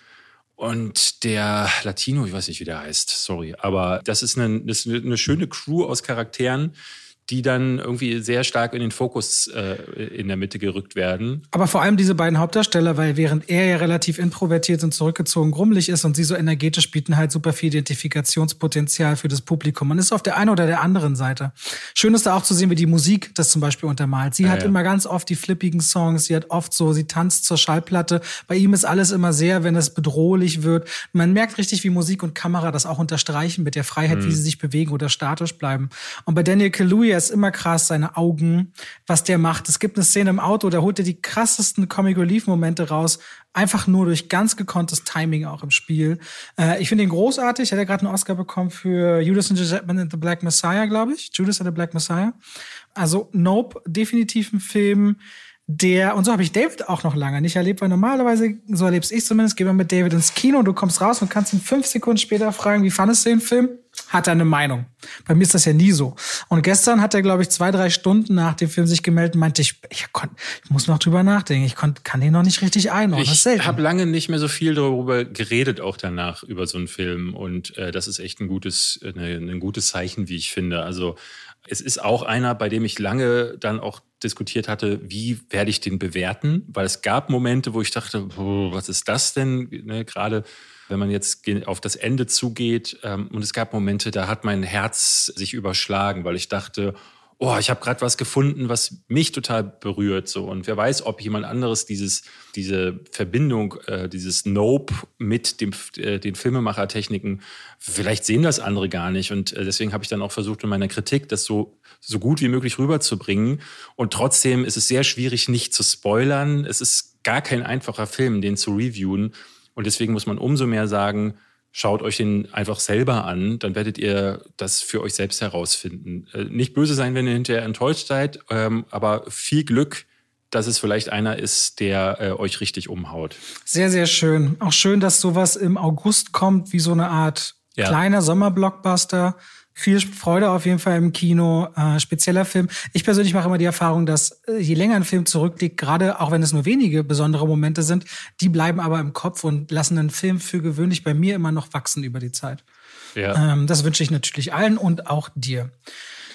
Und der Latino, ich weiß nicht, wie der heißt, sorry. Aber das ist eine schöne Crew aus Charakteren, die dann irgendwie sehr stark in den Fokus in der Mitte gerückt werden. Aber vor allem diese beiden Hauptdarsteller, weil während er ja relativ introvertiert und zurückgezogen grummelig ist und sie so energetisch, bieten halt super viel Identifikationspotenzial für das Publikum. Man ist auf der einen oder der anderen Seite. Schön ist da auch zu sehen, wie die Musik das zum Beispiel untermalt. Sie hat immer ganz oft die flippigen Songs, sie tanzt zur Schallplatte. Bei ihm ist alles immer sehr, wenn es bedrohlich wird. Man merkt richtig, wie Musik und Kamera das auch unterstreichen mit der Freiheit, wie sie sich bewegen oder statisch bleiben. Und bei Daniel Kaluuya ist immer krass, seine Augen, was der macht. Es gibt eine Szene im Auto, da holt er die krassesten Comic-Relief-Momente raus, einfach nur durch ganz gekonntes Timing auch im Spiel. Ich finde ihn großartig. Hat er gerade einen Oscar bekommen für Judas and the Black Messiah, glaube ich. Judas and the Black Messiah. Also Nope, definitiv ein Film, und so habe ich David auch noch lange nicht erlebt, weil normalerweise, so erleb's ich zumindest, geht man mit David ins Kino, du kommst raus und kannst ihn 5 Sekunden später fragen, wie fandest du den Film? Hat er eine Meinung. Bei mir ist das ja nie so. Und gestern hat er, glaube ich, 2-3 Stunden nach dem Film sich gemeldet und meinte, ich muss noch drüber nachdenken, kann den noch nicht richtig einordnen. Ich habe lange nicht mehr so viel darüber geredet, auch danach, über so einen Film. Und das ist echt ein gutes Zeichen, wie ich finde. Also es ist auch einer, bei dem ich lange dann auch diskutiert hatte, wie werde ich den bewerten? Weil es gab Momente, wo ich dachte, was ist das denn? Ne, gerade wenn man jetzt auf das Ende zugeht. Und es gab Momente, da hat mein Herz sich überschlagen, weil ich dachte, ich habe gerade was gefunden, was mich total berührt. So. Und wer weiß, ob jemand anderes diese Verbindung, dieses Nope mit den Filmemachertechniken, vielleicht sehen das andere gar nicht. Und deswegen habe ich dann auch versucht, in meiner Kritik das so gut wie möglich rüberzubringen. Und trotzdem ist es sehr schwierig, nicht zu spoilern. Es ist gar kein einfacher Film, den zu reviewen. Und deswegen muss man umso mehr sagen, schaut euch den einfach selber an, dann werdet ihr das für euch selbst herausfinden. Nicht böse sein, wenn ihr hinterher enttäuscht seid, aber viel Glück, dass es vielleicht einer ist, der euch richtig umhaut. Sehr, sehr schön. Auch schön, dass sowas im August kommt, wie so eine Art kleiner Sommerblockbuster. Viel Freude auf jeden Fall im Kino, spezieller Film. Ich persönlich mache immer die Erfahrung, dass je länger ein Film zurückliegt, gerade auch wenn es nur wenige besondere Momente sind, die bleiben aber im Kopf und lassen einen Film für gewöhnlich bei mir immer noch wachsen über die Zeit. Ja. Das wünsche ich natürlich allen und auch dir.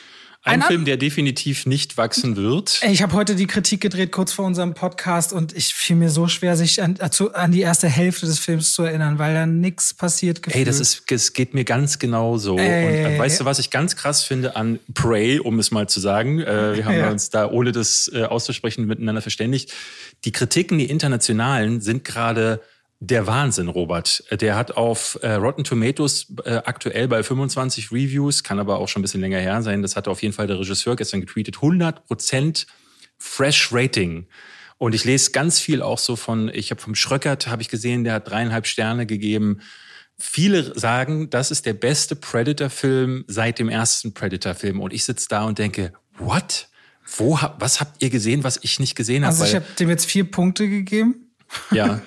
Ein Film, der definitiv nicht wachsen wird. Ich habe heute die Kritik gedreht, kurz vor unserem Podcast, und ich fiel mir so schwer, sich an die erste Hälfte des Films zu erinnern, weil da nichts passiert gefühlt. Das geht mir ganz genau so. Und weißt du, was ich ganz krass finde an Prey, um es mal zu sagen? Wir haben uns da, ohne das auszusprechen, miteinander verständigt. Die Kritiken, die internationalen, sind gerade der Wahnsinn, Robert. Der hat auf Rotten Tomatoes aktuell bei 25 Reviews, kann aber auch schon ein bisschen länger her sein. Das hatte auf jeden Fall der Regisseur gestern getweetet. 100% Fresh Rating. Und ich lese ganz viel auch so vom Schröckert, habe ich gesehen, der hat 3,5 Sterne gegeben. Viele sagen, das ist der beste Predator-Film seit dem ersten Predator-Film. Und ich sitze da und denke, what? Was habt ihr gesehen, was ich nicht gesehen habe? Also ich habe dem jetzt 4 Punkte gegeben. Ja.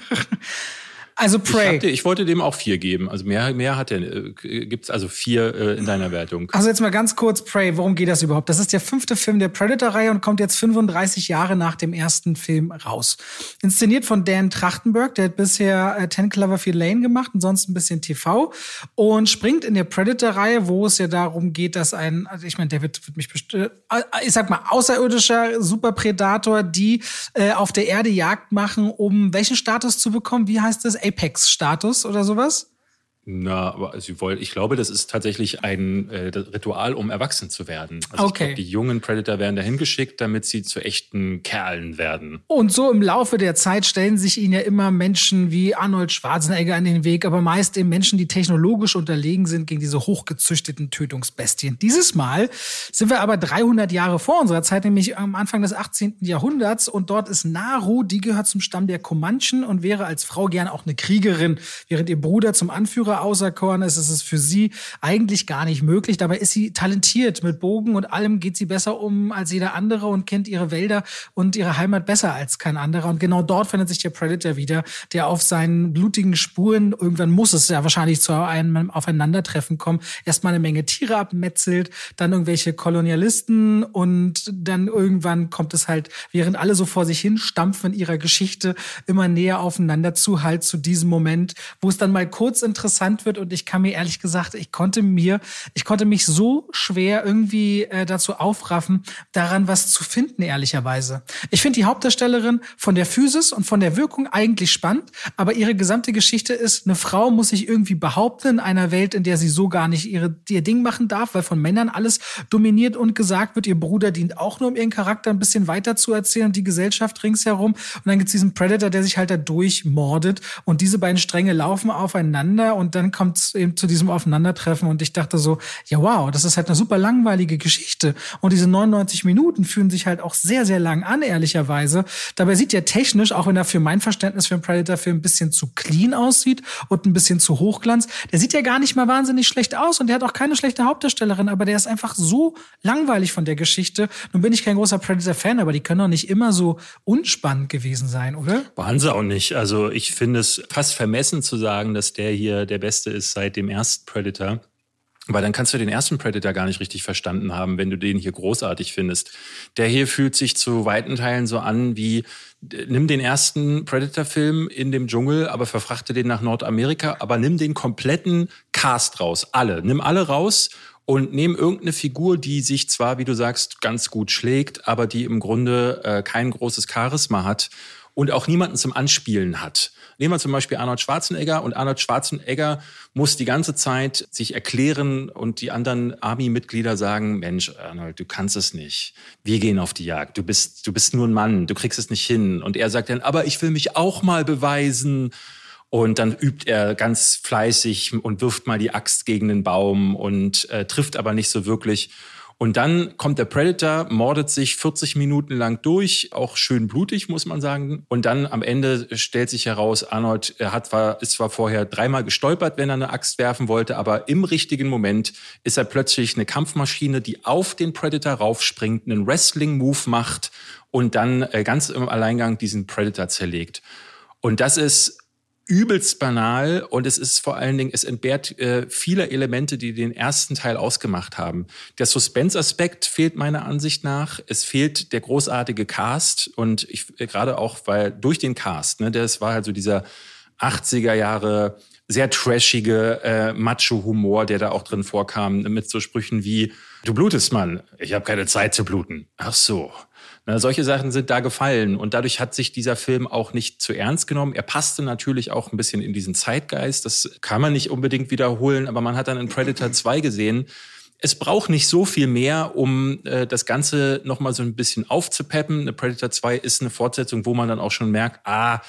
Also Prey. Ich wollte dem auch 4 geben. Also mehr hat er. Gibt's also 4 in deiner Wertung. Also jetzt mal ganz kurz, Prey, worum geht das überhaupt? Das ist der 5. Film der Predator-Reihe und kommt jetzt 35 Jahre nach dem ersten Film raus. Inszeniert von Dan Trachtenberg, der hat bisher 10 Cloverfield Lane gemacht und sonst ein bisschen TV. Und springt in der Predator-Reihe, wo es ja darum geht, dass der wird mich bestimmt, ich sag mal, außerirdischer Superpredator, die auf der Erde Jagd machen, um welchen Status zu bekommen? Wie heißt das? Apex-Status oder sowas? Na, aber ich glaube, das ist tatsächlich ein Ritual, um erwachsen zu werden. Also okay. Ich glaube, die jungen Predator werden dahin geschickt, damit sie zu echten Kerlen werden. Und so im Laufe der Zeit stellen sich ihnen ja immer Menschen wie Arnold Schwarzenegger an den Weg, aber meist eben Menschen, die technologisch unterlegen sind gegen diese hochgezüchteten Tötungsbestien. Dieses Mal sind wir aber 300 Jahre vor unserer Zeit, nämlich am Anfang des 18. Jahrhunderts. Und dort ist Naru, die gehört zum Stamm der Comanchen und wäre als Frau gern auch eine Kriegerin, während ihr Bruder zum Anführer auserkoren ist es für sie eigentlich gar nicht möglich. Dabei ist sie talentiert. Mit Bogen und allem geht sie besser um als jeder andere und kennt ihre Wälder und ihre Heimat besser als kein anderer. Und genau dort findet sich der Predator wieder, der auf seinen blutigen Spuren, irgendwann muss es ja wahrscheinlich zu einem Aufeinandertreffen kommen, erstmal eine Menge Tiere abmetzelt, dann irgendwelche Kolonialisten und dann irgendwann kommt es halt, während alle so vor sich hin stampfen in ihrer Geschichte, immer näher aufeinander zu diesem Moment, wo es dann mal kurz interessant wird und ich kann mir ehrlich gesagt, ich konnte mich so schwer irgendwie dazu aufraffen, daran was zu finden, ehrlicherweise. Ich finde die Hauptdarstellerin von der Physis und von der Wirkung eigentlich spannend, aber ihre gesamte Geschichte ist, eine Frau muss sich irgendwie behaupten in einer Welt, in der sie so gar nicht ihr Ding machen darf, weil von Männern alles dominiert und gesagt wird. Ihr Bruder dient auch nur, um ihren Charakter ein bisschen weiter zu erzählen und die Gesellschaft ringsherum. Und dann gibt's diesen Predator, der sich halt da durchmordet und diese beiden Stränge laufen aufeinander und dann kommt es eben zu diesem Aufeinandertreffen und ich dachte so, ja wow, das ist halt eine super langweilige Geschichte und diese 99 Minuten fühlen sich halt auch sehr, sehr lang an, ehrlicherweise. Dabei sieht der technisch, auch wenn er für mein Verständnis für einen Predator-Film ein bisschen zu clean aussieht und ein bisschen zu Hochglanz, der sieht ja gar nicht mal wahnsinnig schlecht aus und der hat auch keine schlechte Hauptdarstellerin, aber der ist einfach so langweilig von der Geschichte. Nun bin ich kein großer Predator-Fan, aber die können doch nicht immer so unspannend gewesen sein, oder? Waren sie auch nicht. Also ich finde es fast vermessen zu sagen, dass der hier der Beste ist seit dem ersten Predator. Weil dann kannst du den ersten Predator gar nicht richtig verstanden haben, wenn du den hier großartig findest. Der hier fühlt sich zu weiten Teilen so an wie, nimm den ersten Predator-Film in dem Dschungel, aber verfrachte den nach Nordamerika, aber nimm den kompletten Cast raus, nimm alle raus und nehm irgendeine Figur, die sich zwar, wie du sagst, ganz gut schlägt, aber die im Grunde kein großes Charisma hat und auch niemanden zum Anspielen hat. Nehmen wir zum Beispiel Arnold Schwarzenegger und Arnold Schwarzenegger muss die ganze Zeit sich erklären und die anderen Army-Mitglieder sagen, Mensch, Arnold, du kannst es nicht. Wir gehen auf die Jagd. Du bist nur ein Mann, du kriegst es nicht hin. Und er sagt dann, aber ich will mich auch mal beweisen. Und dann übt er ganz fleißig und wirft mal die Axt gegen den Baum und trifft aber nicht so wirklich. Und dann kommt der Predator, mordet sich 40 Minuten lang durch, auch schön blutig, muss man sagen. Und dann am Ende stellt sich heraus, Arnold ist zwar vorher 3-mal gestolpert, wenn er eine Axt werfen wollte, aber im richtigen Moment ist er plötzlich eine Kampfmaschine, die auf den Predator raufspringt, einen Wrestling-Move macht und dann ganz im Alleingang diesen Predator zerlegt. Und das ist übelst banal und es ist vor allen Dingen, es entbehrt vieler Elemente, die den ersten Teil ausgemacht haben. Der Suspense-Aspekt fehlt meiner Ansicht nach. Es fehlt der großartige Cast und gerade auch, weil durch den Cast, das war halt so dieser 80er Jahre sehr trashige Macho-Humor, der da auch drin vorkam, mit so Sprüchen wie Du blutest, Mann. Ich habe keine Zeit zu bluten. Ach so. Na, solche Sachen sind da gefallen und dadurch hat sich dieser Film auch nicht zu ernst genommen. Er passte natürlich auch ein bisschen in diesen Zeitgeist. Das kann man nicht unbedingt wiederholen, aber man hat dann in Predator 2 gesehen, es braucht nicht so viel mehr, um das Ganze nochmal so ein bisschen aufzupeppen. Eine Predator 2 ist eine Fortsetzung, wo man dann auch schon merkt,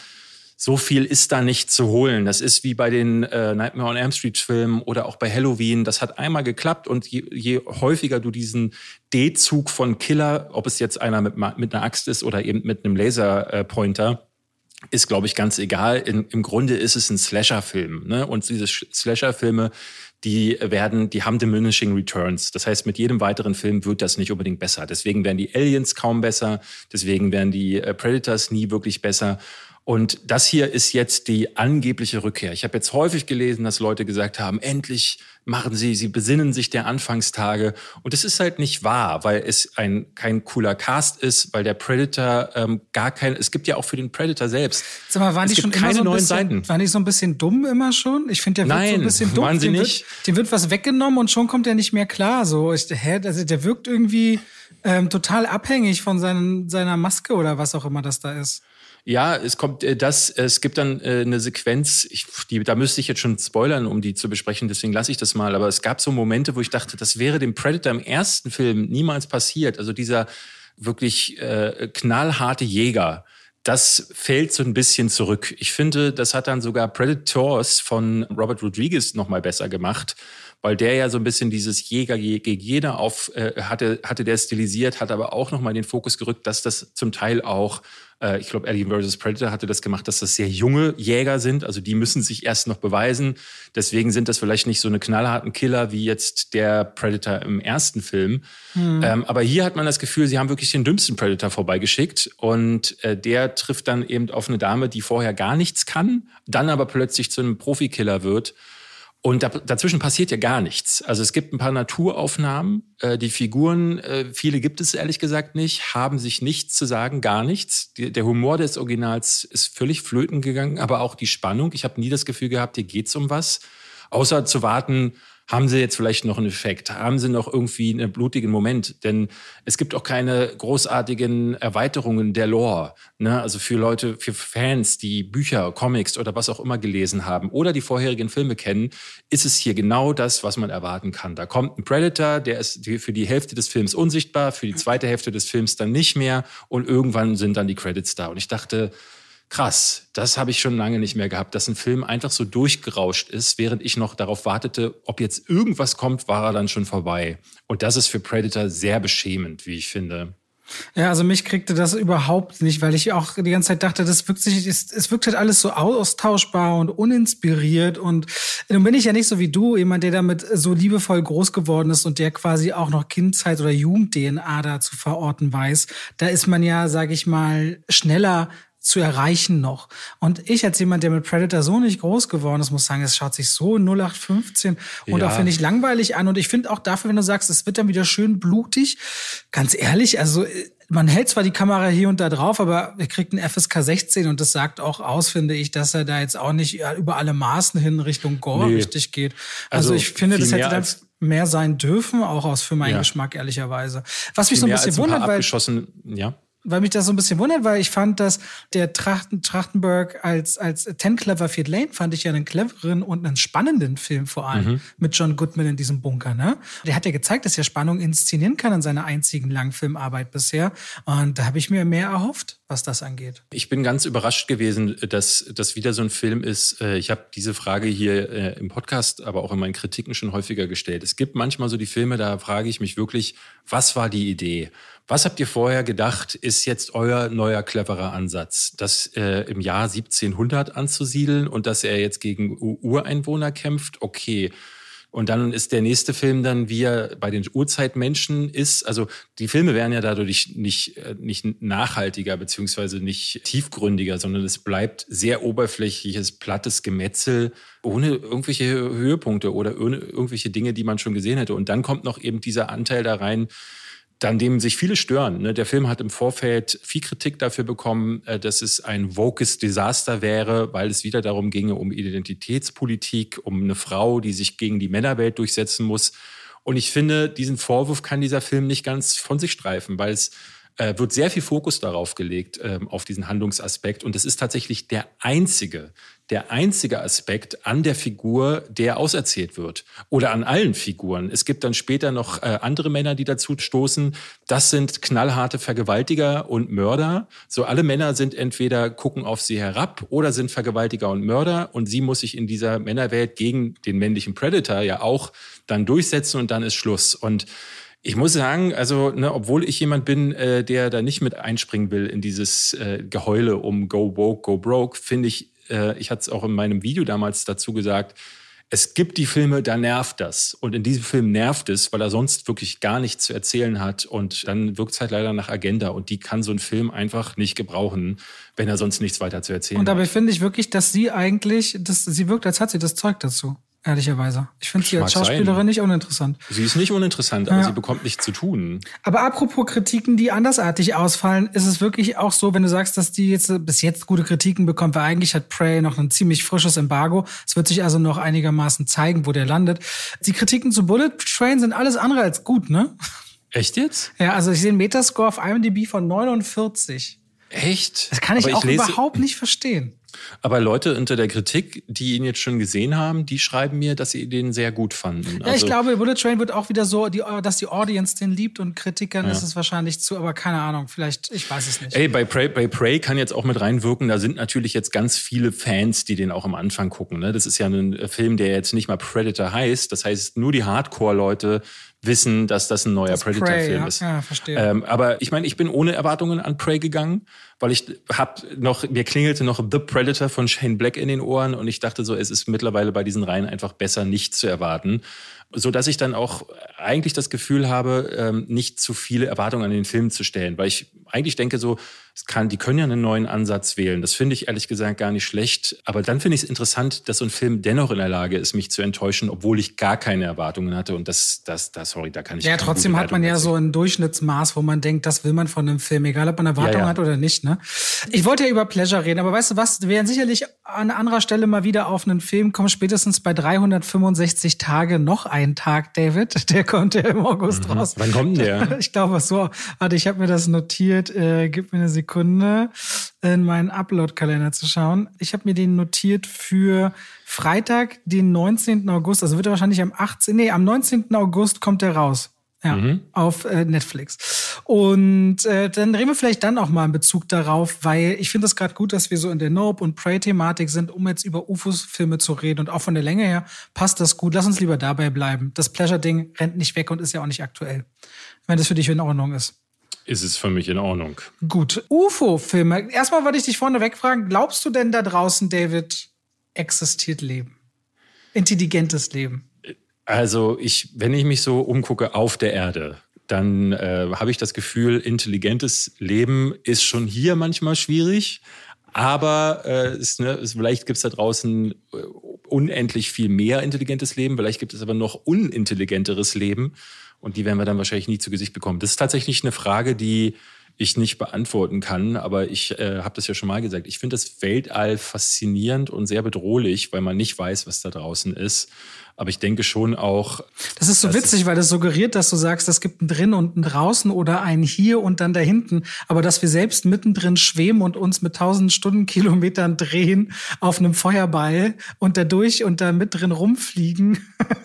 so viel ist da nicht zu holen. Das ist wie bei den Nightmare on Elm Street Filmen oder auch bei Halloween. Das hat einmal geklappt und je häufiger du diesen D-Zug von Killer, ob es jetzt einer mit einer Axt ist oder eben mit einem Laserpointer, ist, glaube ich, ganz egal. Im Grunde ist es ein Slasher-Film, ne? Und diese Slasher-Filme, die haben diminishing returns. Das heißt, mit jedem weiteren Film wird das nicht unbedingt besser. Deswegen werden die Aliens kaum besser. Deswegen werden die Predators nie wirklich besser. Und das hier ist jetzt die angebliche Rückkehr. Ich habe jetzt häufig gelesen, dass Leute gesagt haben, endlich sie besinnen sich der Anfangstage. Und das ist halt nicht wahr, weil es kein cooler Cast ist, weil der Predator es gibt ja auch für den Predator selbst. Sag mal, waren die schon immer so ein bisschen, waren die so ein bisschen dumm immer schon? Ich finde, der wirkt so ein bisschen dumm. Waren sie nicht? Dem wird was weggenommen und schon kommt er nicht mehr klar. Also der wirkt irgendwie total abhängig von seiner Maske oder was auch immer das da ist. Ja, es gibt dann eine Sequenz, da müsste ich jetzt schon spoilern, um die zu besprechen, deswegen lasse ich das mal. Aber es gab so Momente, wo ich dachte, das wäre dem Predator im ersten Film niemals passiert. Also dieser wirklich knallharte Jäger, das fällt so ein bisschen zurück. Ich finde, das hat dann sogar Predators von Robert Rodriguez noch mal besser gemacht, weil der ja so ein bisschen dieses Jäger gegen Jeder hatte der stilisiert, hat aber auch noch mal den Fokus gerückt, dass das zum Teil auch ich glaube, Alien vs. Predator hatte das gemacht, dass das sehr junge Jäger sind. Also die müssen sich erst noch beweisen. Deswegen sind das vielleicht nicht so eine knallharten Killer wie jetzt der Predator im ersten Film. Aber hier hat man das Gefühl, sie haben wirklich den dümmsten Predator vorbeigeschickt. Und der trifft dann eben auf eine Dame, die vorher gar nichts kann, dann aber plötzlich zu einem Profikiller wird. Und dazwischen passiert ja gar nichts. Also es gibt ein paar Naturaufnahmen. Die Figuren, viele gibt es ehrlich gesagt nicht, haben sich nichts zu sagen, gar nichts. Der Humor des Originals ist völlig flöten gegangen, aber auch die Spannung. Ich habe nie das Gefühl gehabt, hier geht's um was. Außer zu warten, haben sie jetzt vielleicht noch einen Effekt? Haben sie noch irgendwie einen blutigen Moment? Denn es gibt auch keine großartigen Erweiterungen der Lore. Ne? Also für Fans, die Bücher, Comics oder was auch immer gelesen haben oder die vorherigen Filme kennen, ist es hier genau das, was man erwarten kann. Da kommt ein Predator, der ist für die Hälfte des Films unsichtbar, für die zweite Hälfte des Films dann nicht mehr und irgendwann sind dann die Credits da. Und ich dachte, krass, das habe ich schon lange nicht mehr gehabt, dass ein Film einfach so durchgerauscht ist, während ich noch darauf wartete, ob jetzt irgendwas kommt, war er dann schon vorbei. Und das ist für Predator sehr beschämend, wie ich finde. Ja, also mich kriegte das überhaupt nicht, weil ich auch die ganze Zeit dachte, es wirkt halt alles so austauschbar und uninspiriert. Und nun bin ich ja nicht so wie du, jemand, der damit so liebevoll groß geworden ist und der quasi auch noch Kindheit- oder Jugend-DNA da zu verorten weiß. Da ist man ja, sage ich mal, schneller zu erreichen noch. Und ich als jemand, der mit Predator so nicht groß geworden ist, muss sagen, es schaut sich so 0815 und auch, finde ich, langweilig an. Und ich finde auch dafür, wenn du sagst, es wird dann wieder schön blutig, ganz ehrlich, also man hält zwar die Kamera hier und da drauf, aber er kriegt einen FSK 16 und das sagt auch aus, finde ich, dass er da jetzt auch nicht über alle Maßen hin Richtung Gore richtig geht. Also ich finde, das hätte dann mehr sein dürfen, auch für meinen Geschmack, ehrlicherweise. Was mich so ein bisschen wundert, weil mich das so ein bisschen wundert, weil ich fand, dass der Trachtenberg als 10 Cloverfield Lane fand ich ja einen cleveren und einen spannenden Film vor allem mit John Goodman in diesem Bunker, ne? Der hat ja gezeigt, dass er Spannung inszenieren kann in seiner einzigen Langfilmarbeit bisher und da habe ich mir mehr erhofft, was das angeht. Ich bin ganz überrascht gewesen, dass das wieder so ein Film ist. Ich habe diese Frage hier im Podcast, aber auch in meinen Kritiken schon häufiger gestellt. Es gibt manchmal so die Filme, da frage ich mich wirklich, was war die Idee? Was habt ihr vorher gedacht, ist jetzt euer neuer cleverer Ansatz, das im Jahr 1700 anzusiedeln und dass er jetzt gegen Ureinwohner kämpft? Okay. Und dann ist der nächste Film dann, wie er bei den Urzeitmenschen ist. Also die Filme werden ja dadurch nicht nachhaltiger beziehungsweise nicht tiefgründiger, sondern es bleibt sehr oberflächliches, plattes Gemetzel ohne irgendwelche Höhepunkte oder ohne irgendwelche Dinge, die man schon gesehen hätte. Und dann kommt noch eben dieser Anteil da rein, an dem sich viele stören. Ne? Der Film hat im Vorfeld viel Kritik dafür bekommen, dass es ein wokes Desaster wäre, weil es wieder darum ginge, um Identitätspolitik, um eine Frau, die sich gegen die Männerwelt durchsetzen muss. Und ich finde, diesen Vorwurf kann dieser Film nicht ganz von sich streifen, weil es wird sehr viel Fokus darauf gelegt, auf diesen Handlungsaspekt. Und es ist tatsächlich der einzige Aspekt an der Figur, der auserzählt wird. Oder an allen Figuren. Es gibt dann später noch andere Männer, die dazu stoßen. Das sind knallharte Vergewaltiger und Mörder. So alle Männer sind entweder gucken auf sie herab oder sind Vergewaltiger und Mörder. Und sie muss sich in dieser Männerwelt gegen den männlichen Predator ja auch dann durchsetzen und dann ist Schluss. Und ich muss sagen, also obwohl ich jemand bin, der da nicht mit einspringen will in dieses Geheule um Go Woke, Go Broke, finde ich, ich hatte es auch in meinem Video damals dazu gesagt, es gibt die Filme, da nervt das. Und in diesem Film nervt es, weil er sonst wirklich gar nichts zu erzählen hat. Und dann wirkt es halt leider nach Agenda. Und die kann so ein Film einfach nicht gebrauchen, wenn er sonst nichts weiter zu erzählen hat. Und dabei finde ich wirklich, dass sie wirkt, als hat sie das Zeug dazu. Ehrlicherweise. Ich finde sie als Schauspielerin nicht uninteressant. Sie ist nicht uninteressant, aber sie bekommt nichts zu tun. Aber apropos Kritiken, die andersartig ausfallen, ist es wirklich auch so, wenn du sagst, dass die jetzt bis jetzt gute Kritiken bekommt, weil eigentlich hat Prey noch ein ziemlich frisches Embargo. Es wird sich also noch einigermaßen zeigen, wo der landet. Die Kritiken zu Bullet Train sind alles andere als gut, ne? Echt jetzt? Ja, also ich sehe einen Metascore auf IMDb von 49. Echt? Das kann ich auch überhaupt nicht verstehen. Aber Leute unter der Kritik, die ihn jetzt schon gesehen haben, die schreiben mir, dass sie den sehr gut fanden. Ja, ich glaube, Bullet Train wird auch wieder so, dass die Audience den liebt und Kritikern ist es wahrscheinlich zu, aber keine Ahnung, vielleicht, ich weiß es nicht. Ey, bei Prey kann jetzt auch mit reinwirken, da sind natürlich jetzt ganz viele Fans, die den auch am Anfang gucken. Ne? Das ist ja ein Film, der jetzt nicht mal Predator heißt. Das heißt, nur die Hardcore-Leute wissen, dass das ein neuer Predator-Film ist. Ja, verstehe. Aber ich meine, ich bin ohne Erwartungen an Prey gegangen, weil mir klingelte noch The Predator von Shane Black in den Ohren und ich dachte so, es ist mittlerweile bei diesen Reihen einfach besser, nicht zu erwarten. So dass ich dann auch eigentlich das Gefühl habe, nicht zu viele Erwartungen an den Film zu stellen, weil ich eigentlich denke so, die können ja einen neuen Ansatz wählen. Das finde ich ehrlich gesagt gar nicht schlecht. Aber dann finde ich es interessant, dass so ein Film dennoch in der Lage ist, mich zu enttäuschen, obwohl ich gar keine Erwartungen hatte. Und sorry, da kann ich ja, trotzdem hat man ja so ein Durchschnittsmaß, wo man denkt, das will man von einem Film, egal ob man Erwartungen hat oder nicht. Ne? Ich wollte ja über Pleasure reden, aber weißt du was, wir werden sicherlich an anderer Stelle mal wieder auf einen Film kommen, spätestens bei 365 Tage noch ein Tag, David. Der kommt ja im August raus. Wann kommt der? Ich glaube so. Warte, ich habe mir das notiert. Gib mir eine Sekunde, in meinen Upload-Kalender zu schauen. Ich habe mir den notiert für Freitag, den 19. August. Also wird er wahrscheinlich am 19. August kommt der raus. Ja, auf Netflix. Und dann reden wir vielleicht dann auch mal in Bezug darauf, weil ich finde es gerade gut, dass wir so in der Nope- und Prey-Thematik sind, um jetzt über UFOs-Filme zu reden. Und auch von der Länge her passt das gut. Lass uns lieber dabei bleiben. Das Pleasure-Ding rennt nicht weg und ist ja auch nicht aktuell. Wenn das für dich in Ordnung ist. Ist es für mich in Ordnung. Gut. UFO-Filme. Erstmal wollte ich dich vorneweg fragen, glaubst du denn da draußen, David, existiert Leben? Intelligentes Leben? Also wenn ich mich so umgucke auf der Erde, dann habe ich das Gefühl, intelligentes Leben ist schon hier manchmal schwierig. Aber vielleicht gibt es da draußen unendlich viel mehr intelligentes Leben. Vielleicht gibt es aber noch unintelligenteres Leben. Und die werden wir dann wahrscheinlich nie zu Gesicht bekommen. Das ist tatsächlich eine Frage, die ich nicht beantworten kann. Aber ich habe das ja schon mal gesagt. Ich finde das Weltall faszinierend und sehr bedrohlich, weil man nicht weiß, was da draußen ist. Aber ich denke schon auch... Das ist so witzig, weil das suggeriert, dass du sagst, es gibt ein Drin und ein Draußen oder ein Hier und dann da hinten. Aber dass wir selbst mittendrin schweben und uns mit 1000 Stundenkilometern drehen auf einem Feuerball und dadurch und da mit drin rumfliegen.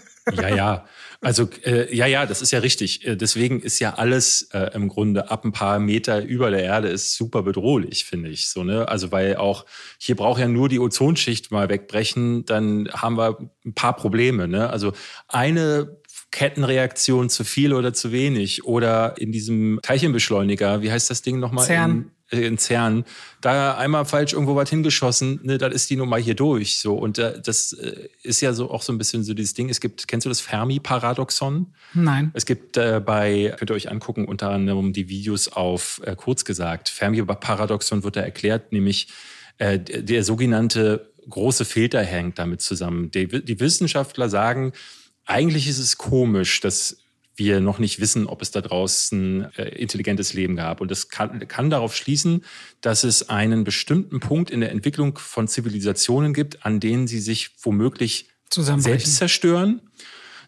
Ja. Also das ist ja richtig. Deswegen ist ja alles im Grunde ab ein paar Meter über der Erde ist super bedrohlich, finde ich. So, ne? Also weil auch hier braucht ja nur die Ozonschicht mal wegbrechen, dann haben wir ein paar Probleme. Ne? Also eine Kettenreaktion zu viel oder zu wenig oder in diesem Teilchenbeschleuniger, wie heißt das Ding nochmal? CERN. In CERN, da einmal falsch irgendwo was hingeschossen, ne, dann ist die Nummer hier durch. So. Und das ist ja so auch so ein bisschen so dieses Ding. Kennst du das Fermi-Paradoxon? Nein. Es gibt könnt ihr euch angucken, unter anderem die Videos auf Kurz gesagt. Fermi-Paradoxon wird da erklärt, nämlich der sogenannte große Filter hängt damit zusammen. Die Wissenschaftler sagen, eigentlich ist es komisch, dass wir noch nicht wissen, ob es da draußen intelligentes Leben gab. Und das kann darauf schließen, dass es einen bestimmten Punkt in der Entwicklung von Zivilisationen gibt, an denen sie sich womöglich selbst zerstören.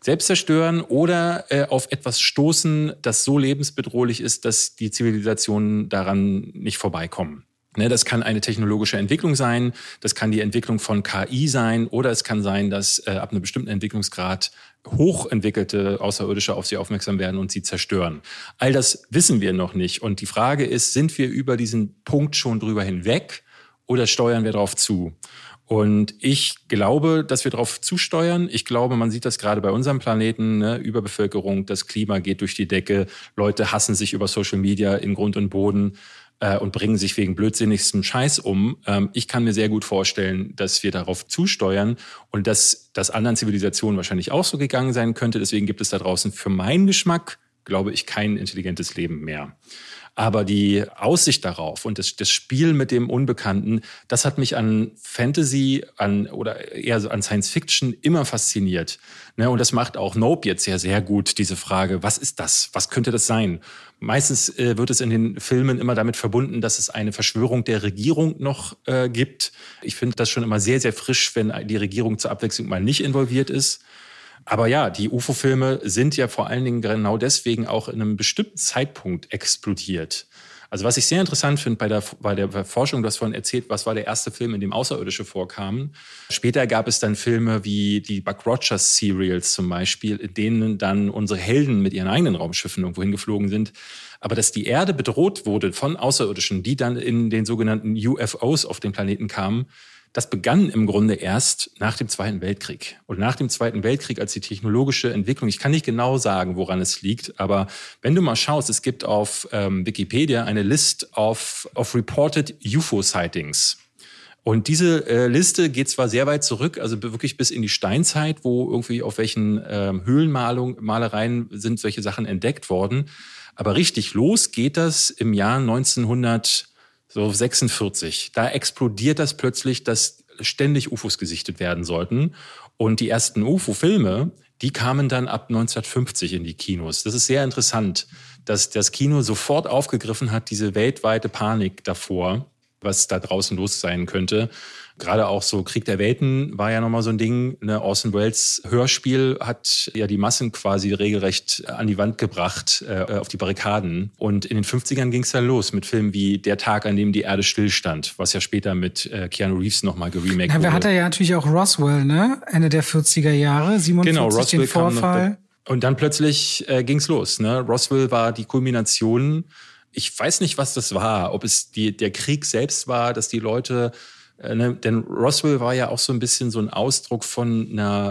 selbst zerstören oder auf etwas stoßen, das so lebensbedrohlich ist, dass die Zivilisationen daran nicht vorbeikommen. Das kann eine technologische Entwicklung sein, das kann die Entwicklung von KI sein oder es kann sein, dass ab einem bestimmten Entwicklungsgrad hochentwickelte Außerirdische auf sie aufmerksam werden und sie zerstören. All das wissen wir noch nicht. Und die Frage ist, sind wir über diesen Punkt schon drüber hinweg oder steuern wir darauf zu? Und ich glaube, dass wir darauf zusteuern. Ich glaube, man sieht das gerade bei unserem Planeten, ne? Überbevölkerung, das Klima geht durch die Decke, Leute hassen sich über Social Media in Grund und Boden und bringen sich wegen blödsinnigstem Scheiß um. Ich kann mir sehr gut vorstellen, dass wir darauf zusteuern und dass das anderen Zivilisationen wahrscheinlich auch so gegangen sein könnte. Deswegen gibt es da draußen für meinen Geschmack, glaube ich, kein intelligentes Leben mehr. Aber die Aussicht darauf und das Spiel mit dem Unbekannten, das hat mich an Fantasy oder eher so an Science Fiction immer fasziniert. Und das macht auch Nope jetzt sehr gut, diese Frage, was ist das? Was könnte das sein? Meistens wird es in den Filmen immer damit verbunden, dass es eine Verschwörung der Regierung noch gibt. Ich finde das schon immer sehr, sehr frisch, wenn die Regierung zur Abwechslung mal nicht involviert ist. Aber ja, die UFO-Filme sind ja vor allen Dingen genau deswegen auch in einem bestimmten Zeitpunkt explodiert. Also was ich sehr interessant finde bei der Forschung, du hast vorhin erzählt, was war der erste Film, in dem Außerirdische vorkamen. Später gab es dann Filme wie die Buck Rogers Serials zum Beispiel, in denen dann unsere Helden mit ihren eigenen Raumschiffen irgendwo hingeflogen sind. Aber dass die Erde bedroht wurde von Außerirdischen, die dann in den sogenannten UFOs auf den Planeten kamen, das begann im Grunde erst nach dem Zweiten Weltkrieg. Und nach dem Zweiten Weltkrieg als die technologische Entwicklung, ich kann nicht genau sagen, woran es liegt, aber wenn du mal schaust, es gibt auf Wikipedia eine List of reported UFO-Sightings. Und diese Liste geht zwar sehr weit zurück, also wirklich bis in die Steinzeit, wo irgendwie auf welchen Höhlenmalereien sind solche Sachen entdeckt worden. Aber richtig los geht das im Jahr 1946. Da explodiert das plötzlich, dass ständig UFOs gesichtet werden sollten. Und die ersten UFO-Filme, die kamen dann ab 1950 in die Kinos. Das ist sehr interessant, dass das Kino sofort aufgegriffen hat, diese weltweite Panik davor, was da draußen los sein könnte. Gerade auch so Krieg der Welten war ja nochmal so ein Ding. Orson Welles Hörspiel hat ja die Massen quasi regelrecht an die Wand gebracht, auf die Barrikaden. Und in den 50ern ging es dann los mit Filmen wie Der Tag, an dem die Erde stillstand, was ja später mit Keanu Reeves nochmal geremaked wurde. Da hat er ja natürlich auch Roswell, ne? Ende der 40er Jahre, 47 genau, Roswell den Vorfall. Und dann plötzlich ging's los. Ne? Roswell war die Kulmination. Ich weiß nicht, was das war. Ob es der Krieg selbst war, dass die Leute... denn Roswell war ja auch so ein bisschen so ein Ausdruck von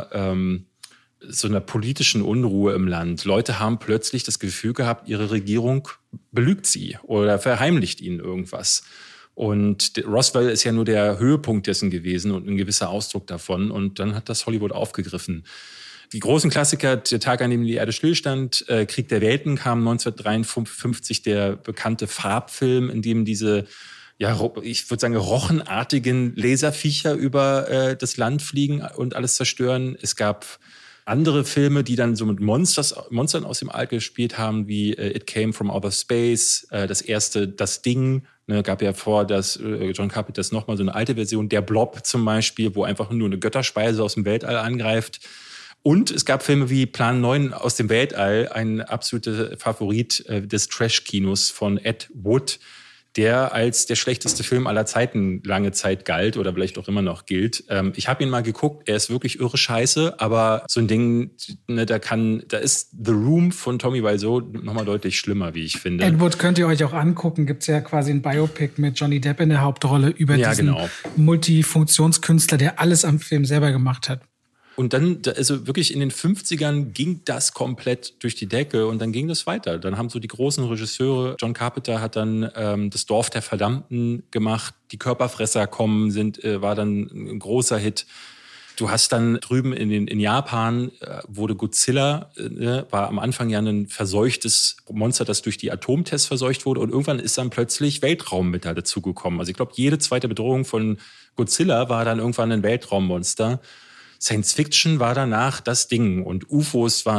so einer politischen Unruhe im Land. Leute haben plötzlich das Gefühl gehabt, ihre Regierung belügt sie oder verheimlicht ihnen irgendwas. Und Roswell ist ja nur der Höhepunkt dessen gewesen und ein gewisser Ausdruck davon. Und dann hat das Hollywood aufgegriffen. Die großen Klassiker, Der Tag, an dem die Erde stillstand, Krieg der Welten kam 1953, der bekannte Farbfilm, in dem diese, ja, ich würde sagen, rochenartigen Laserviecher über das Land fliegen und alles zerstören. Es gab andere Filme, die dann so mit Monstern aus dem All gespielt haben, wie It Came from Outer Space, das erste Das Ding. Gab ja vor, dass John Carpenters nochmal so eine alte Version, Der Blob zum Beispiel, wo einfach nur eine Götterspeise aus dem Weltall angreift. Und es gab Filme wie Plan 9 aus dem Weltall, ein absoluter Favorit des Trash-Kinos von Ed Wood, der als der schlechteste Film aller Zeiten lange Zeit galt oder vielleicht auch immer noch gilt. Ich habe ihn mal geguckt, er ist wirklich irre scheiße, aber so ein Ding, da ist The Room von Tommy Wiseau nochmal deutlich schlimmer, wie ich finde. Ed Wood könnt ihr euch auch angucken, gibt's ja quasi ein Biopic mit Johnny Depp in der Hauptrolle über diesen Multifunktionskünstler, der alles am Film selber gemacht hat. Und dann, also wirklich in den 50ern ging das komplett durch die Decke und dann ging das weiter. Dann haben so die großen Regisseure, John Carpenter hat dann Das Dorf der Verdammten gemacht, Die Körperfresser kommen, war dann ein großer Hit. Du hast dann drüben in Japan wurde Godzilla, war am Anfang ja ein verseuchtes Monster, das durch die Atomtests verseucht wurde und irgendwann ist dann plötzlich Weltraum mit dazugekommen. Also ich glaube, jede zweite Bedrohung von Godzilla war dann irgendwann ein Weltraummonster. Science Fiction war danach das Ding und UFOs waren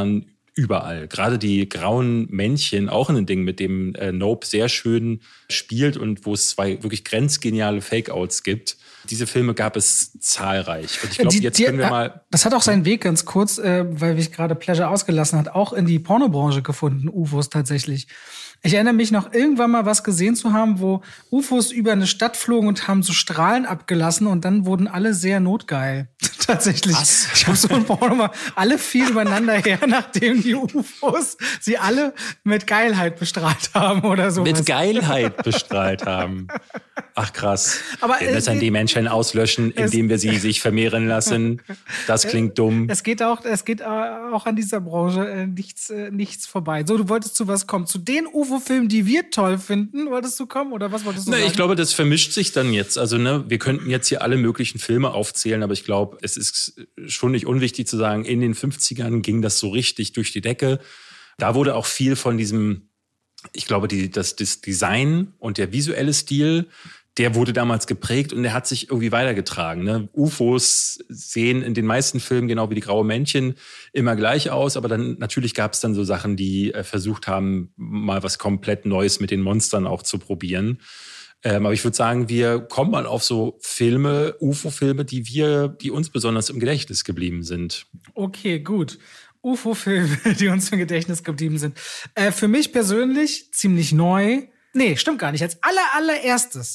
überall. Gerade die grauen Männchen, auch ein Ding, mit dem Nope sehr schön spielt und wo es 2 wirklich grenzgeniale Fake-Outs gibt. Diese Filme gab es zahlreich. Und ich glaube, jetzt können wir mal... Das hat auch seinen Weg ganz kurz, weil mich gerade Pleasure ausgelassen hat, auch in die Pornobranche gefunden, UFOs tatsächlich. Ich erinnere mich noch, irgendwann mal was gesehen zu haben, wo UFOs über eine Stadt flogen und haben so Strahlen abgelassen und dann wurden alle sehr notgeil. Tatsächlich. Was? Ich habe so ein Porno mal, alle fiel übereinander her, nachdem die UFOs sie alle mit Geilheit bestrahlt haben oder so. Mit Geilheit bestrahlt haben. Ach krass. Aber wir müssen die Menschen auslöschen, indem wir sie sich vermehren lassen. Das klingt dumm. Es geht auch an dieser Branche nichts vorbei. So, du wolltest zu was kommen. Zu den UFO-Filmen, die wir toll finden, wolltest du kommen? Oder was wolltest du sagen? Ich glaube, das vermischt sich dann jetzt. Also, wir könnten jetzt hier alle möglichen Filme aufzählen, aber ich glaube, es ist schon nicht unwichtig zu sagen, in den 50ern ging das so richtig durch die Decke. Da wurde auch viel von diesem, ich glaube, das Design und der visuelle Stil, der wurde damals geprägt und der hat sich irgendwie weitergetragen. Ne? UFOs sehen in den meisten Filmen, genau wie die grauen Männchen, immer gleich aus. Aber dann natürlich gab es dann so Sachen, die versucht haben, mal was komplett Neues mit den Monstern auch zu probieren. Aber ich würde sagen, wir kommen mal auf so Filme, UFO-Filme, die uns besonders im Gedächtnis geblieben sind. Okay, gut. UFO-Filme, die uns im Gedächtnis geblieben sind. Für mich persönlich ziemlich neu. Nee, stimmt gar nicht. Als allererstes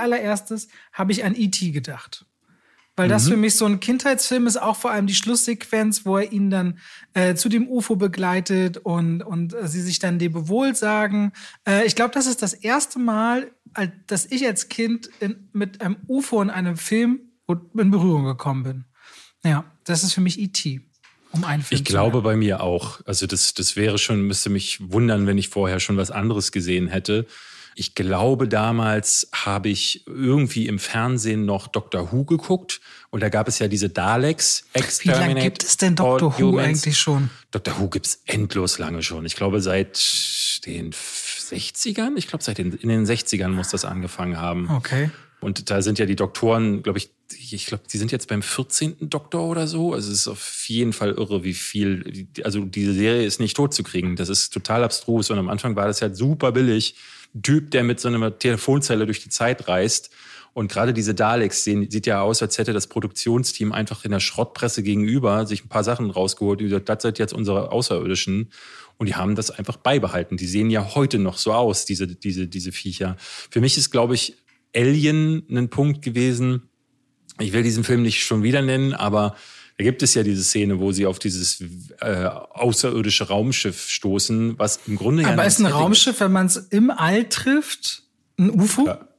habe ich an E.T. gedacht. Weil das für mich so ein Kindheitsfilm ist, auch vor allem die Schlusssequenz, wo er ihn dann zu dem UFO begleitet und sie sich dann Lebewohl sagen. Ich glaube, das ist das erste Mal, dass ich als Kind mit einem UFO in einem Film in Berührung gekommen bin. Ja, das ist für mich E.T. Um einen Film ich glaube bei mir auch. Also das wäre schon, müsste mich wundern, wenn ich vorher schon was anderes gesehen hätte. Ich glaube, damals habe ich irgendwie im Fernsehen noch Doctor Who geguckt und da gab es ja diese Daleks. Wie lange gibt es denn Doctor Who eigentlich schon? Doctor Who gibt es endlos lange schon. Ich glaube, seit den 60ern? Ich glaube, in den 60ern muss das angefangen haben. Okay. Und da sind ja die Doktoren, glaube ich, die sind jetzt beim 14. Doktor oder so. Also es ist auf jeden Fall irre, wie viel, also diese Serie ist nicht tot zu kriegen. Das ist total abstrus. Und am Anfang war das halt super billig. Ein Typ, der mit so einer Telefonzelle durch die Zeit reist. Und gerade diese Daleks sieht ja aus, als hätte das Produktionsteam einfach in der Schrottpresse gegenüber sich ein paar Sachen rausgeholt. Die gesagt, das sind jetzt unsere Außerirdischen. Und die haben das einfach beibehalten. Die sehen ja heute noch so aus, diese Viecher. Für mich ist, glaube ich, Alien ein Punkt gewesen. Ich will diesen Film nicht schon wieder nennen, aber da gibt es ja diese Szene, wo sie auf dieses außerirdische Raumschiff stoßen, was im Grunde ja... Aber ist ein Raumschiff, wenn man es im All trifft, ein UFO? Ja.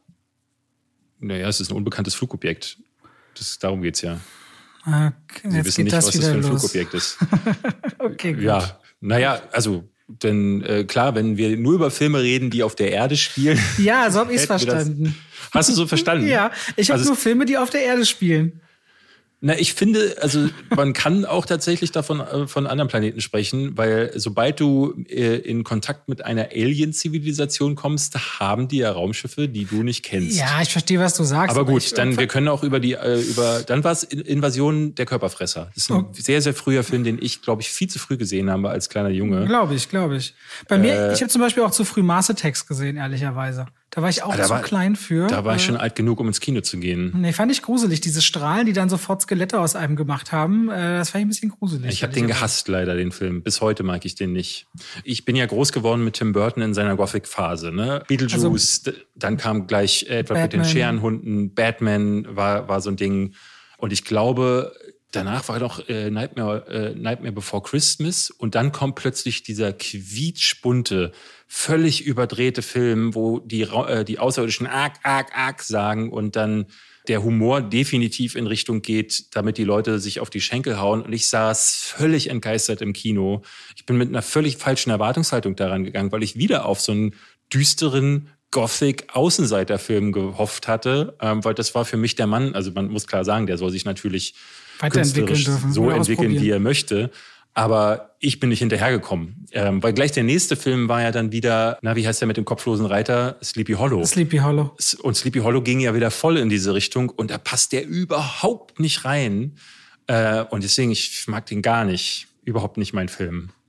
Naja, es ist ein unbekanntes Flugobjekt. Darum geht's ja. Okay, Sie wissen nicht, was das für ein Flugobjekt ist. Okay, gut. Ja, naja, also... Denn klar, wenn wir nur über Filme reden, die auf der Erde spielen. Ja, so habe ich es verstanden. Hast du so verstanden? Ja, ich habe nur Filme, die auf der Erde spielen. Na, ich finde, also man kann auch tatsächlich davon von anderen Planeten sprechen, weil sobald du in Kontakt mit einer Alien-Zivilisation kommst, haben die ja Raumschiffe, die du nicht kennst. Ja, ich verstehe, was du sagst. Aber gut, wir können auch dann war es Invasion der Körperfresser. Das ist ein sehr, sehr früher Film, den ich, glaube ich, viel zu früh gesehen habe als kleiner Junge. Glaube ich. Bei mir, ich habe zum Beispiel auch zu früh Mars Attacks gesehen, ehrlicherweise. Da war ich auch zu klein für. Da war ich schon alt genug, um ins Kino zu gehen. Nee, fand ich gruselig. Diese Strahlen, die dann sofort Skelette aus einem gemacht haben, das fand ich ein bisschen gruselig. Ich habe den gehasst, leider, den Film. Bis heute mag ich den nicht. Ich bin ja groß geworden mit Tim Burton in seiner Gothic-Phase. Ne? Beetlejuice, dann kam gleich etwas mit den Scherenhunden. Batman war so ein Ding. Und ich glaube... Danach war doch Nightmare Before Christmas und dann kommt plötzlich dieser quietschbunte, völlig überdrehte Film, wo die Außerirdischen arg sagen und dann der Humor definitiv in Richtung geht, damit die Leute sich auf die Schenkel hauen. Und ich saß völlig entgeistert im Kino. Ich bin mit einer völlig falschen Erwartungshaltung daran gegangen, weil ich wieder auf so einen düsteren Gothic-Außenseiterfilm gehofft hatte, weil das war für mich der Mann. Also man muss klar sagen, der soll sich natürlich künstlerisch so entwickeln, wie er möchte. Aber ich bin nicht hinterhergekommen. Weil gleich der nächste Film war ja dann wieder, wie heißt der mit dem kopflosen Reiter? Sleepy Hollow. Sleepy Hollow. Und Sleepy Hollow ging ja wieder voll in diese Richtung. Und da passt der überhaupt nicht rein. Und deswegen, ich mag den gar nicht. Überhaupt nicht mein Film.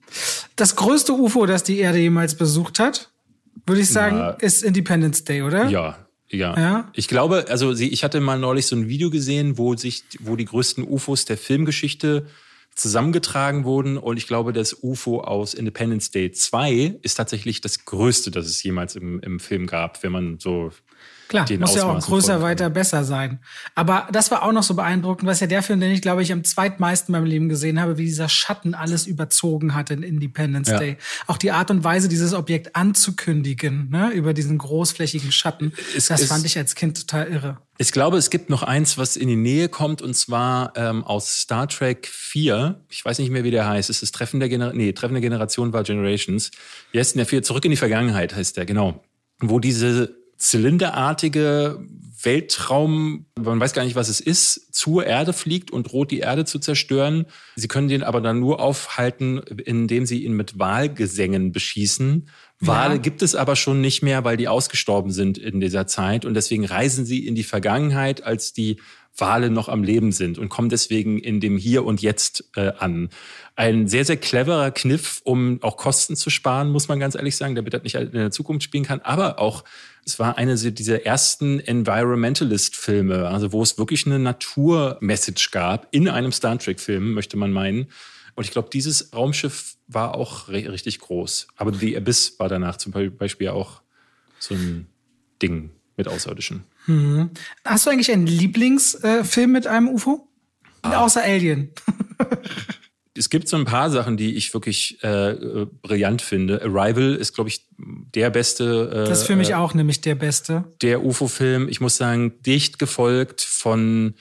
Das größte UFO, das die Erde jemals besucht hat, würde ich sagen, ist Independence Day, oder? Ja. Ich glaube, also ich hatte mal neulich so ein Video gesehen, wo die größten UFOs der Filmgeschichte zusammengetragen wurden. Und ich glaube, das UFO aus Independence Day 2 ist tatsächlich das größte, das es jemals im Film gab, wenn man so Klar, den muss ja auch Ausmaßen größer, folgen kann. weiter, besser sein. Aber das war auch noch so beeindruckend, was ja der Film, den ich, glaube ich, am zweitmeisten in meinem Leben gesehen habe, wie dieser Schatten alles überzogen hat in Independence Day. Auch die Art und Weise, dieses Objekt anzukündigen, ne, über diesen großflächigen Schatten, das fand ich als Kind total irre. Ich glaube, es gibt noch eins, was in die Nähe kommt, und zwar aus Star Trek 4. Ich weiß nicht mehr, wie der heißt. Es ist Treffen der Generation war Generations. Wie heißt denn der 4? Zurück in die Vergangenheit heißt der, genau. Wo diese zylinderartige Weltraum, man weiß gar nicht, was es ist, zur Erde fliegt und droht, die Erde zu zerstören. Sie können den aber dann nur aufhalten, indem sie ihn mit Walgesängen beschießen. Wale gibt es aber schon nicht mehr, weil die ausgestorben sind in dieser Zeit. Und deswegen reisen sie in die Vergangenheit, als die Wale noch am Leben sind, und kommen deswegen in dem Hier und Jetzt an. Ein sehr, sehr cleverer Kniff, um auch Kosten zu sparen, muss man ganz ehrlich sagen, damit das nicht in der Zukunft spielen kann. Aber auch, es war eine dieser ersten Environmentalist-Filme, also wo es wirklich eine Natur-Message gab in einem Star Trek-Film, möchte man meinen. Und ich glaube, dieses Raumschiff war auch richtig groß. Aber The Abyss war danach zum Beispiel auch so ein Ding mit Außerirdischen. Hast du eigentlich einen Lieblingsfilm mit einem UFO? Außer Alien. Es gibt so ein paar Sachen, die ich wirklich brillant finde. Arrival ist, glaube ich, der beste. Das ist für mich auch nämlich der beste. Der UFO-Film. Ich muss sagen, dicht gefolgt von.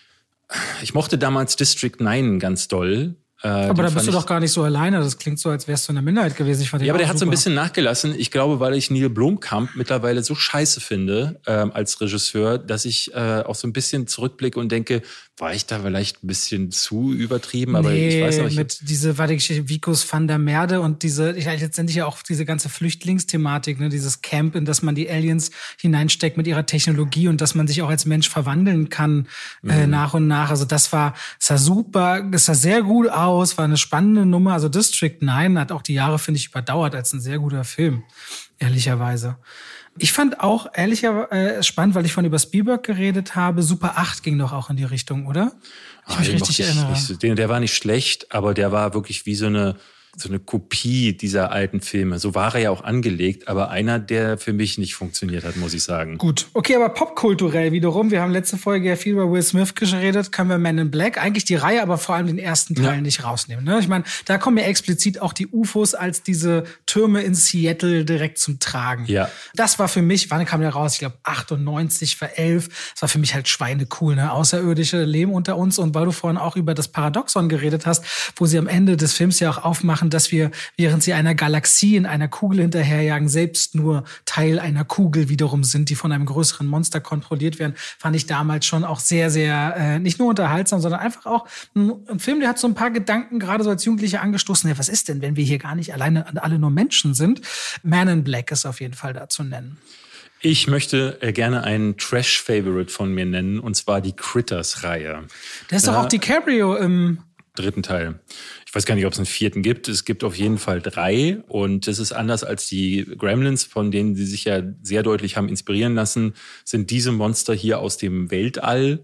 Ich mochte damals District 9 ganz doll. Aber da bist du doch gar nicht so alleine. Das klingt so, als wärst du in der Minderheit gewesen. Ich fand den aber der hat so ein super. bisschen nachgelassen. Ich glaube, weil ich Neil Blomkamp mittlerweile so scheiße finde als Regisseur, dass ich auch so ein bisschen zurückblicke und denke, war ich da vielleicht ein bisschen zu übertrieben? Aber ich weiß noch nicht. War die Geschichte Vicus van der Merde und letztendlich ja auch diese ganze Flüchtlingsthematik, ne, dieses Camp, in das man die Aliens hineinsteckt mit ihrer Technologie und dass man sich auch als Mensch verwandeln kann nach und nach. Also das sah super, es sah sehr gut aus, war eine spannende Nummer. Also District 9 hat auch die Jahre, finde ich, überdauert als ein sehr guter Film, ehrlicherweise. Ich fand auch spannend, weil ich über Spielberg geredet habe. Super 8 ging doch auch in die Richtung, oder? Ich mich richtig erinnere. Der war nicht schlecht, aber der war wirklich wie so eine Kopie dieser alten Filme. So war er ja auch angelegt, aber einer, der für mich nicht funktioniert hat, muss ich sagen. Gut, okay, aber popkulturell wiederum, wir haben letzte Folge ja viel über Will Smith geredet, können wir Men in Black, eigentlich die Reihe, aber vor allem den ersten Teil nicht rausnehmen. Ne? Ich meine, da kommen ja explizit auch die UFOs als diese Türme in Seattle direkt zum Tragen. Ja. Das war für mich, wann kam der raus? Ich glaube 98, für 11. Das war für mich halt schweinecool, ne? Außerirdische leben unter uns. Und weil du vorhin auch über das Paradoxon geredet hast, wo sie am Ende des Films ja auch aufmachen, dass wir, während sie einer Galaxie in einer Kugel hinterherjagen, selbst nur Teil einer Kugel wiederum sind, die von einem größeren Monster kontrolliert werden, fand ich damals schon auch sehr, sehr, nicht nur unterhaltsam, sondern einfach auch ein Film, der hat so ein paar Gedanken, gerade so als Jugendliche angestoßen. Ja, was ist denn, wenn wir hier gar nicht alleine alle nur Menschen sind? Man in Black ist auf jeden Fall da zu nennen. Ich möchte gerne einen Trash-Favorite von mir nennen, und zwar die Critters-Reihe. Da ist doch auch DiCaprio im dritten Teil. Ich weiß gar nicht, ob es einen vierten gibt. Es gibt auf jeden Fall 3. Und das ist anders als die Gremlins, von denen sie sich ja sehr deutlich haben inspirieren lassen, sind diese Monster hier aus dem Weltall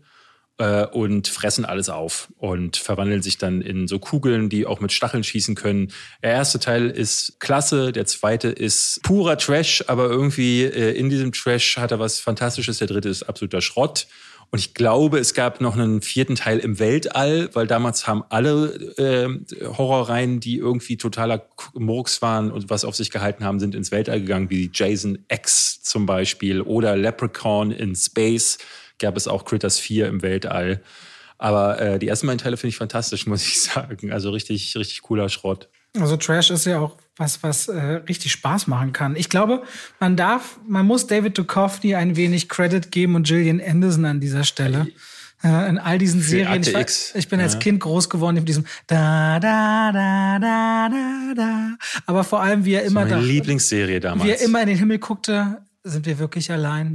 und fressen alles auf und verwandeln sich dann in so Kugeln, die auch mit Stacheln schießen können. Der erste Teil ist klasse, der zweite ist purer Trash, aber irgendwie in diesem Trash hat er was Fantastisches. Der dritte ist absoluter Schrott. Und ich glaube, es gab noch einen 4. Teil im Weltall, weil damals haben alle Horrorreihen, die irgendwie totaler Murks waren und was auf sich gehalten haben, sind ins Weltall gegangen, wie Jason X zum Beispiel oder Leprechaun in Space. Gab es auch Critters 4 im Weltall. Aber die ersten beiden Teile finde ich fantastisch, muss ich sagen. Also richtig, richtig cooler Schrott. Also Trash ist ja auch was richtig Spaß machen kann. Ich glaube, man muss David Duchovny ein wenig Credit geben und Gillian Anderson an dieser Stelle. In all diesen Serien. Ich bin als Kind groß geworden mit diesem da, da, da, da, da, da. Aber vor allem, wie er immer meine Lieblingsserie damals. Wie er immer in den Himmel guckte, sind wir wirklich allein hier?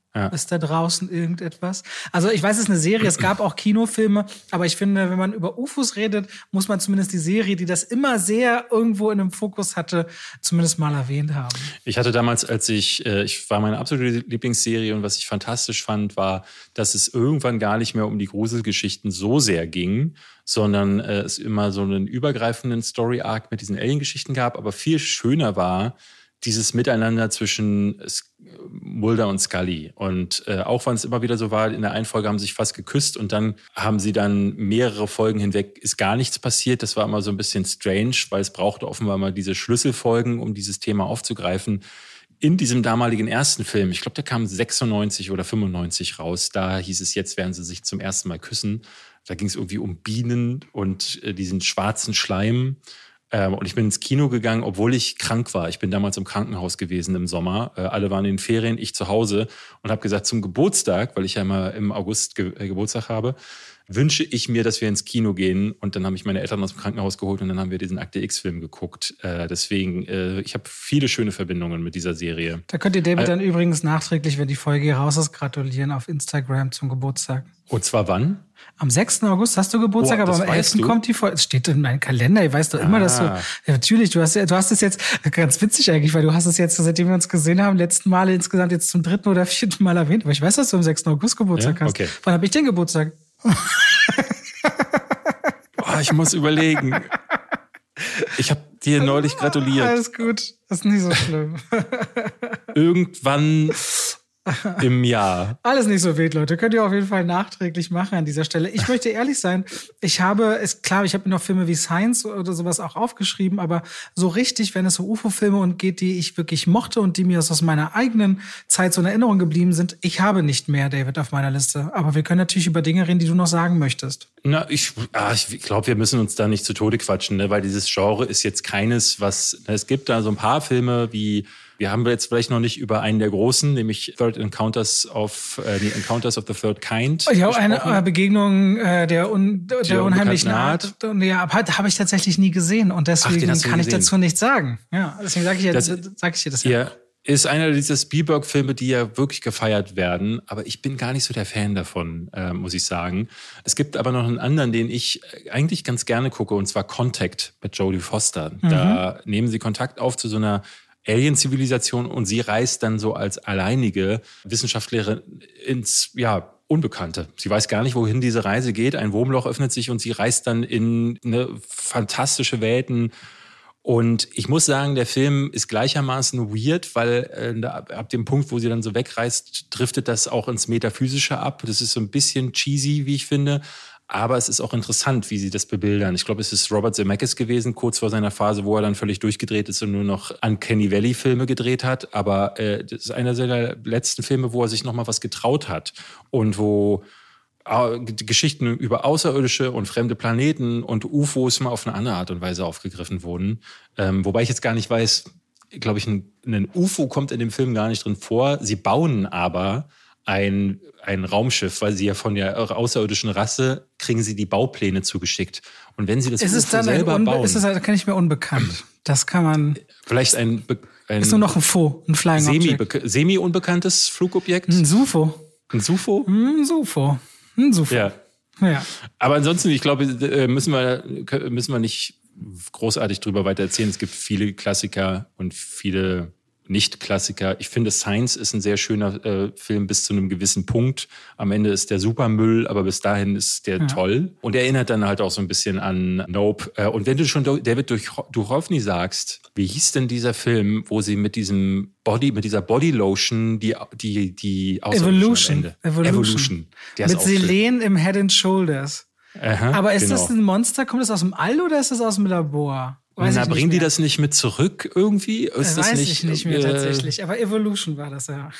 Ist da draußen irgendetwas? Also ich weiß, es ist eine Serie, es gab auch Kinofilme, aber ich finde, wenn man über UFOs redet, muss man zumindest die Serie, die das immer sehr irgendwo in einem Fokus hatte, zumindest mal erwähnt haben. Ich hatte damals, ich war meine absolute Lieblingsserie und was ich fantastisch fand, war, dass es irgendwann gar nicht mehr um die Gruselgeschichten so sehr ging, sondern es immer so einen übergreifenden Story-Arc mit diesen Alien-Geschichten gab, aber viel schöner war, dieses Miteinander zwischen Mulder und Scully. Und auch wenn es immer wieder so war, in der einen Folge haben sie sich fast geküsst und dann haben sie dann mehrere Folgen hinweg, ist gar nichts passiert. Das war immer so ein bisschen strange, weil es brauchte offenbar mal diese Schlüsselfolgen, um dieses Thema aufzugreifen. In diesem damaligen ersten Film, ich glaube, der kam 96 oder 95 raus, da hieß es, jetzt werden sie sich zum ersten Mal küssen. Da ging es irgendwie um Bienen und diesen schwarzen Schleim. Und ich bin ins Kino gegangen, obwohl ich krank war. Ich bin damals im Krankenhaus gewesen im Sommer. Alle waren in den Ferien, ich zu Hause. Und habe gesagt, zum Geburtstag, weil ich ja immer im August Geburtstag habe, wünsche ich mir, dass wir ins Kino gehen. Und dann habe ich meine Eltern aus dem Krankenhaus geholt und dann haben wir diesen Akte X-Film geguckt. Deswegen, ich habe viele schöne Verbindungen mit dieser Serie. Da könnt ihr David dann übrigens nachträglich, wenn die Folge hier raus ist, gratulieren auf Instagram zum Geburtstag. Und zwar wann? Am 6. August hast du Geburtstag, aber am 11. kommt die Folge. Es steht in meinem Kalender, ich weiß doch immer, dass du. Ja, natürlich, du hast es jetzt, ganz witzig eigentlich, weil du hast es jetzt, seitdem wir uns gesehen haben, letzten Male insgesamt jetzt zum 3. oder 4. Mal erwähnt. Aber ich weiß, dass du am 6. August Geburtstag hast. Okay. Wann habe ich den Geburtstag? Ich muss überlegen. Ich habe dir neulich gratuliert. Alles gut, das ist nicht so schlimm. Irgendwann im Jahr. Alles nicht so wild, Leute. Könnt ihr auf jeden Fall nachträglich machen an dieser Stelle. Ich möchte ehrlich sein, ich habe mir noch Filme wie Science oder sowas auch aufgeschrieben, aber so richtig, wenn es um UFO-Filme geht, die ich wirklich mochte und die mir aus meiner eigenen Zeit so in Erinnerung geblieben sind, ich habe nicht mehr, David, auf meiner Liste. Aber wir können natürlich über Dinge reden, die du noch sagen möchtest. Na, ich glaube, wir müssen uns da nicht zu Tode quatschen, ne? Weil dieses Genre ist jetzt keines, es gibt da so ein paar Filme wie, wir haben jetzt vielleicht noch nicht über einen der großen, nämlich Encounters of the Third Kind. Ja, eine Begegnung der unheimlichen Art. Ja, habe ich tatsächlich nie gesehen und deswegen kann ich dazu nichts sagen. Ja, deswegen sage ich dir das ja. Ja, ist einer dieser Spielberg-Filme, die ja wirklich gefeiert werden, aber ich bin gar nicht so der Fan davon, muss ich sagen. Es gibt aber noch einen anderen, den ich eigentlich ganz gerne gucke, und zwar Contact mit Jodie Foster. Mhm. Da nehmen sie Kontakt auf zu so einer Alien-Zivilisation und sie reist dann so als alleinige Wissenschaftlerin ins, Unbekannte. Sie weiß gar nicht, wohin diese Reise geht. Ein Wurmloch öffnet sich und sie reist dann in eine fantastische Welten. Und ich muss sagen, der Film ist gleichermaßen weird, weil ab dem Punkt, wo sie dann so wegreist, driftet das auch ins Metaphysische ab. Das ist so ein bisschen cheesy, wie ich finde. Aber es ist auch interessant, wie sie das bebildern. Ich glaube, es ist Robert Zemeckis gewesen, kurz vor seiner Phase, wo er dann völlig durchgedreht ist und nur noch Uncanny Valley-Filme gedreht hat. Aber das ist einer seiner letzten Filme, wo er sich noch mal was getraut hat. Und wo Geschichten über Außerirdische und fremde Planeten und UFOs mal auf eine andere Art und Weise aufgegriffen wurden. Wobei ich jetzt gar nicht weiß, glaube ich, ein UFO kommt in dem Film gar nicht drin vor. Sie bauen aber ein Raumschiff, weil sie ja von der außerirdischen Rasse kriegen sie die Baupläne zugeschickt. Und wenn sie das UFO selber bauen... Ist das kann ich mir unbekannt. Das kann man... Vielleicht ist nur noch ein Faux, ein Flying Object. Semi-unbekanntes Flugobjekt? Ein SUFO. Ein SUFO? Ein SUFO. Ein SUFO. Ja. Aber ansonsten, ich glaube, müssen wir nicht großartig drüber weiter erzählen. Es gibt viele Klassiker und viele Nicht-Klassiker. Ich finde, Science ist ein sehr schöner Film bis zu einem gewissen Punkt. Am Ende ist der Supermüll, aber bis dahin ist der toll. Und er erinnert dann halt auch so ein bisschen an Nope. Und wenn du schon David Duchovny sagst, wie hieß denn dieser Film, wo sie mit dieser Bodylotion die Evolution. Evolution. Mit Selene im Head and Shoulders. Aha, aber ist das ein Monster? Kommt das aus dem All oder ist das aus dem Labor? Bringen die das nicht mit zurück irgendwie? Weiß ich nicht mehr tatsächlich. Aber Evolution war das, ja.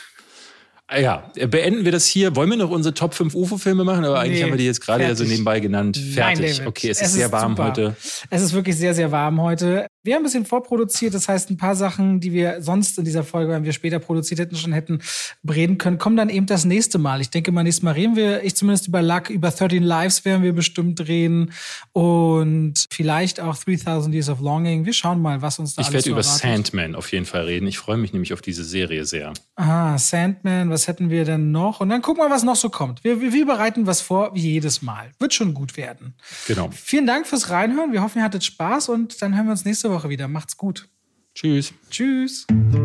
Ja, beenden wir das hier. Wollen wir noch unsere Top 5 UFO-Filme machen? Aber eigentlich haben wir die jetzt gerade ja so nebenbei genannt. Fertig. Nein, okay, es ist sehr warm super. Heute. Es ist wirklich sehr, sehr warm heute. Wir haben ein bisschen vorproduziert. Das heißt, ein paar Sachen, die wir sonst in dieser Folge, wenn wir später produziert hätten, schon hätten reden können, kommen dann eben das nächste Mal. Ich denke mal, nächstes Mal reden wir, ich zumindest über Luck, über 13 Lives werden wir bestimmt reden. Und vielleicht auch 3000 Years of Longing. Wir schauen mal, was uns da alles erwartet. Ich werde über Sandman auf jeden Fall reden. Ich freue mich nämlich auf diese Serie sehr. Sandman, was hätten wir denn noch? Und dann gucken wir, was noch so kommt. Wir bereiten was vor, wie jedes Mal. Wird schon gut werden. Genau. Vielen Dank fürs Reinhören. Wir hoffen, ihr hattet Spaß und dann hören wir uns nächste Woche wieder. Macht's gut. Tschüss. Tschüss.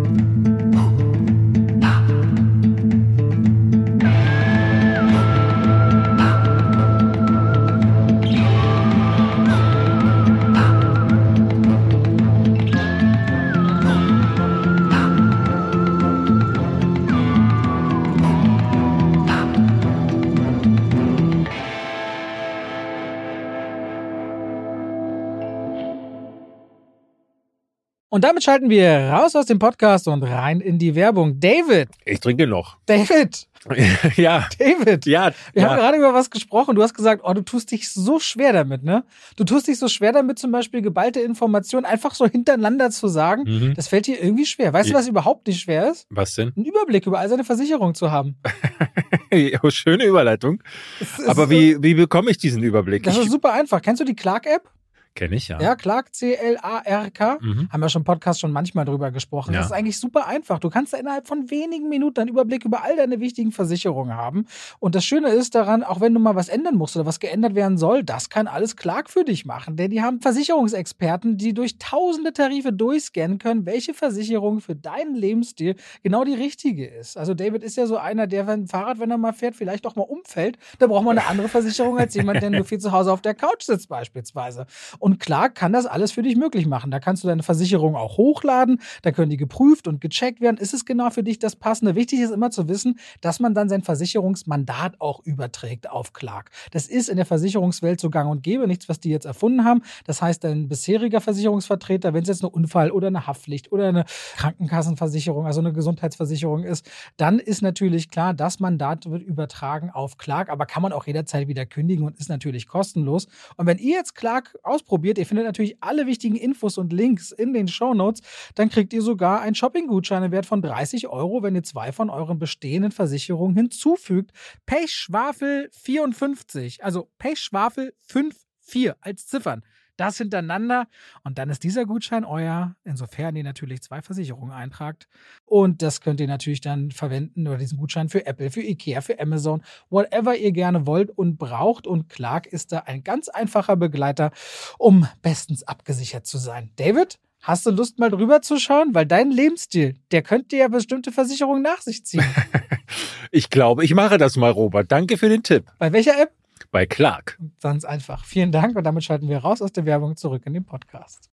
Und damit schalten wir raus aus dem Podcast und rein in die Werbung. David! Ich trinke noch. David! Ja. David! Ja. Wir haben gerade über was gesprochen. Du hast gesagt, du tust dich so schwer damit, ne? Du tust dich so schwer damit, zum Beispiel geballte Informationen einfach so hintereinander zu sagen. Mhm. Das fällt dir irgendwie schwer. Weißt du, was überhaupt nicht schwer ist? Was denn? Einen Überblick über all seine Versicherungen zu haben. Schöne Überleitung. Aber wie bekomme ich diesen Überblick? Das ist super einfach. Kennst du die Clark-App? Kenne ich, ja. Ja, Clark, C-L-A-R-K. Haben wir schon im Podcast schon manchmal drüber gesprochen. Ja. Das ist eigentlich super einfach. Du kannst da innerhalb von wenigen Minuten einen Überblick über all deine wichtigen Versicherungen haben. Und das Schöne ist daran, auch wenn du mal was ändern musst oder was geändert werden soll, das kann alles Clark für dich machen. Denn die haben Versicherungsexperten, die durch tausende Tarife durchscannen können, welche Versicherung für deinen Lebensstil genau die richtige ist. Also David ist ja so einer, der wenn er mal fährt, vielleicht auch mal umfällt. Da braucht man eine andere Versicherung als jemand, der nur viel zu Hause auf der Couch sitzt beispielsweise. Und Clark kann das alles für dich möglich machen. Da kannst du deine Versicherung auch hochladen, da können die geprüft und gecheckt werden. Ist es genau für dich das Passende? Wichtig ist immer zu wissen, dass man dann sein Versicherungsmandat auch überträgt auf Clark. Das ist in der Versicherungswelt so gang und gäbe, nichts, was die jetzt erfunden haben. Das heißt, dein bisheriger Versicherungsvertreter, wenn es jetzt eine Unfall- oder eine Haftpflicht oder eine Krankenkassenversicherung, also eine Gesundheitsversicherung ist, dann ist natürlich klar, das Mandat wird übertragen auf Clark, aber kann man auch jederzeit wieder kündigen und ist natürlich kostenlos. Und wenn ihr jetzt Clark ausprobiert, ihr findet natürlich alle wichtigen Infos und Links in den Shownotes, dann kriegt ihr sogar einen Shopping-Gutschein im Wert von 30 €, wenn ihr 2 von euren bestehenden Versicherungen hinzufügt. Pechschwafel 54, also Pechschwafel 54 als Ziffern. Das hintereinander und dann ist dieser Gutschein euer, insofern ihr natürlich 2 Versicherungen eintragt. Und das könnt ihr natürlich dann verwenden oder diesen Gutschein für Apple, für Ikea, für Amazon, whatever ihr gerne wollt und braucht. Und Clark ist da ein ganz einfacher Begleiter, um bestens abgesichert zu sein. David, hast du Lust mal drüber zu schauen? Weil dein Lebensstil, der könnte ja bestimmte Versicherungen nach sich ziehen. Ich glaube, ich mache das mal, Robert. Danke für den Tipp. Bei welcher App? Bei Clark. Ganz einfach. Vielen Dank und damit schalten wir raus aus der Werbung zurück in den Podcast.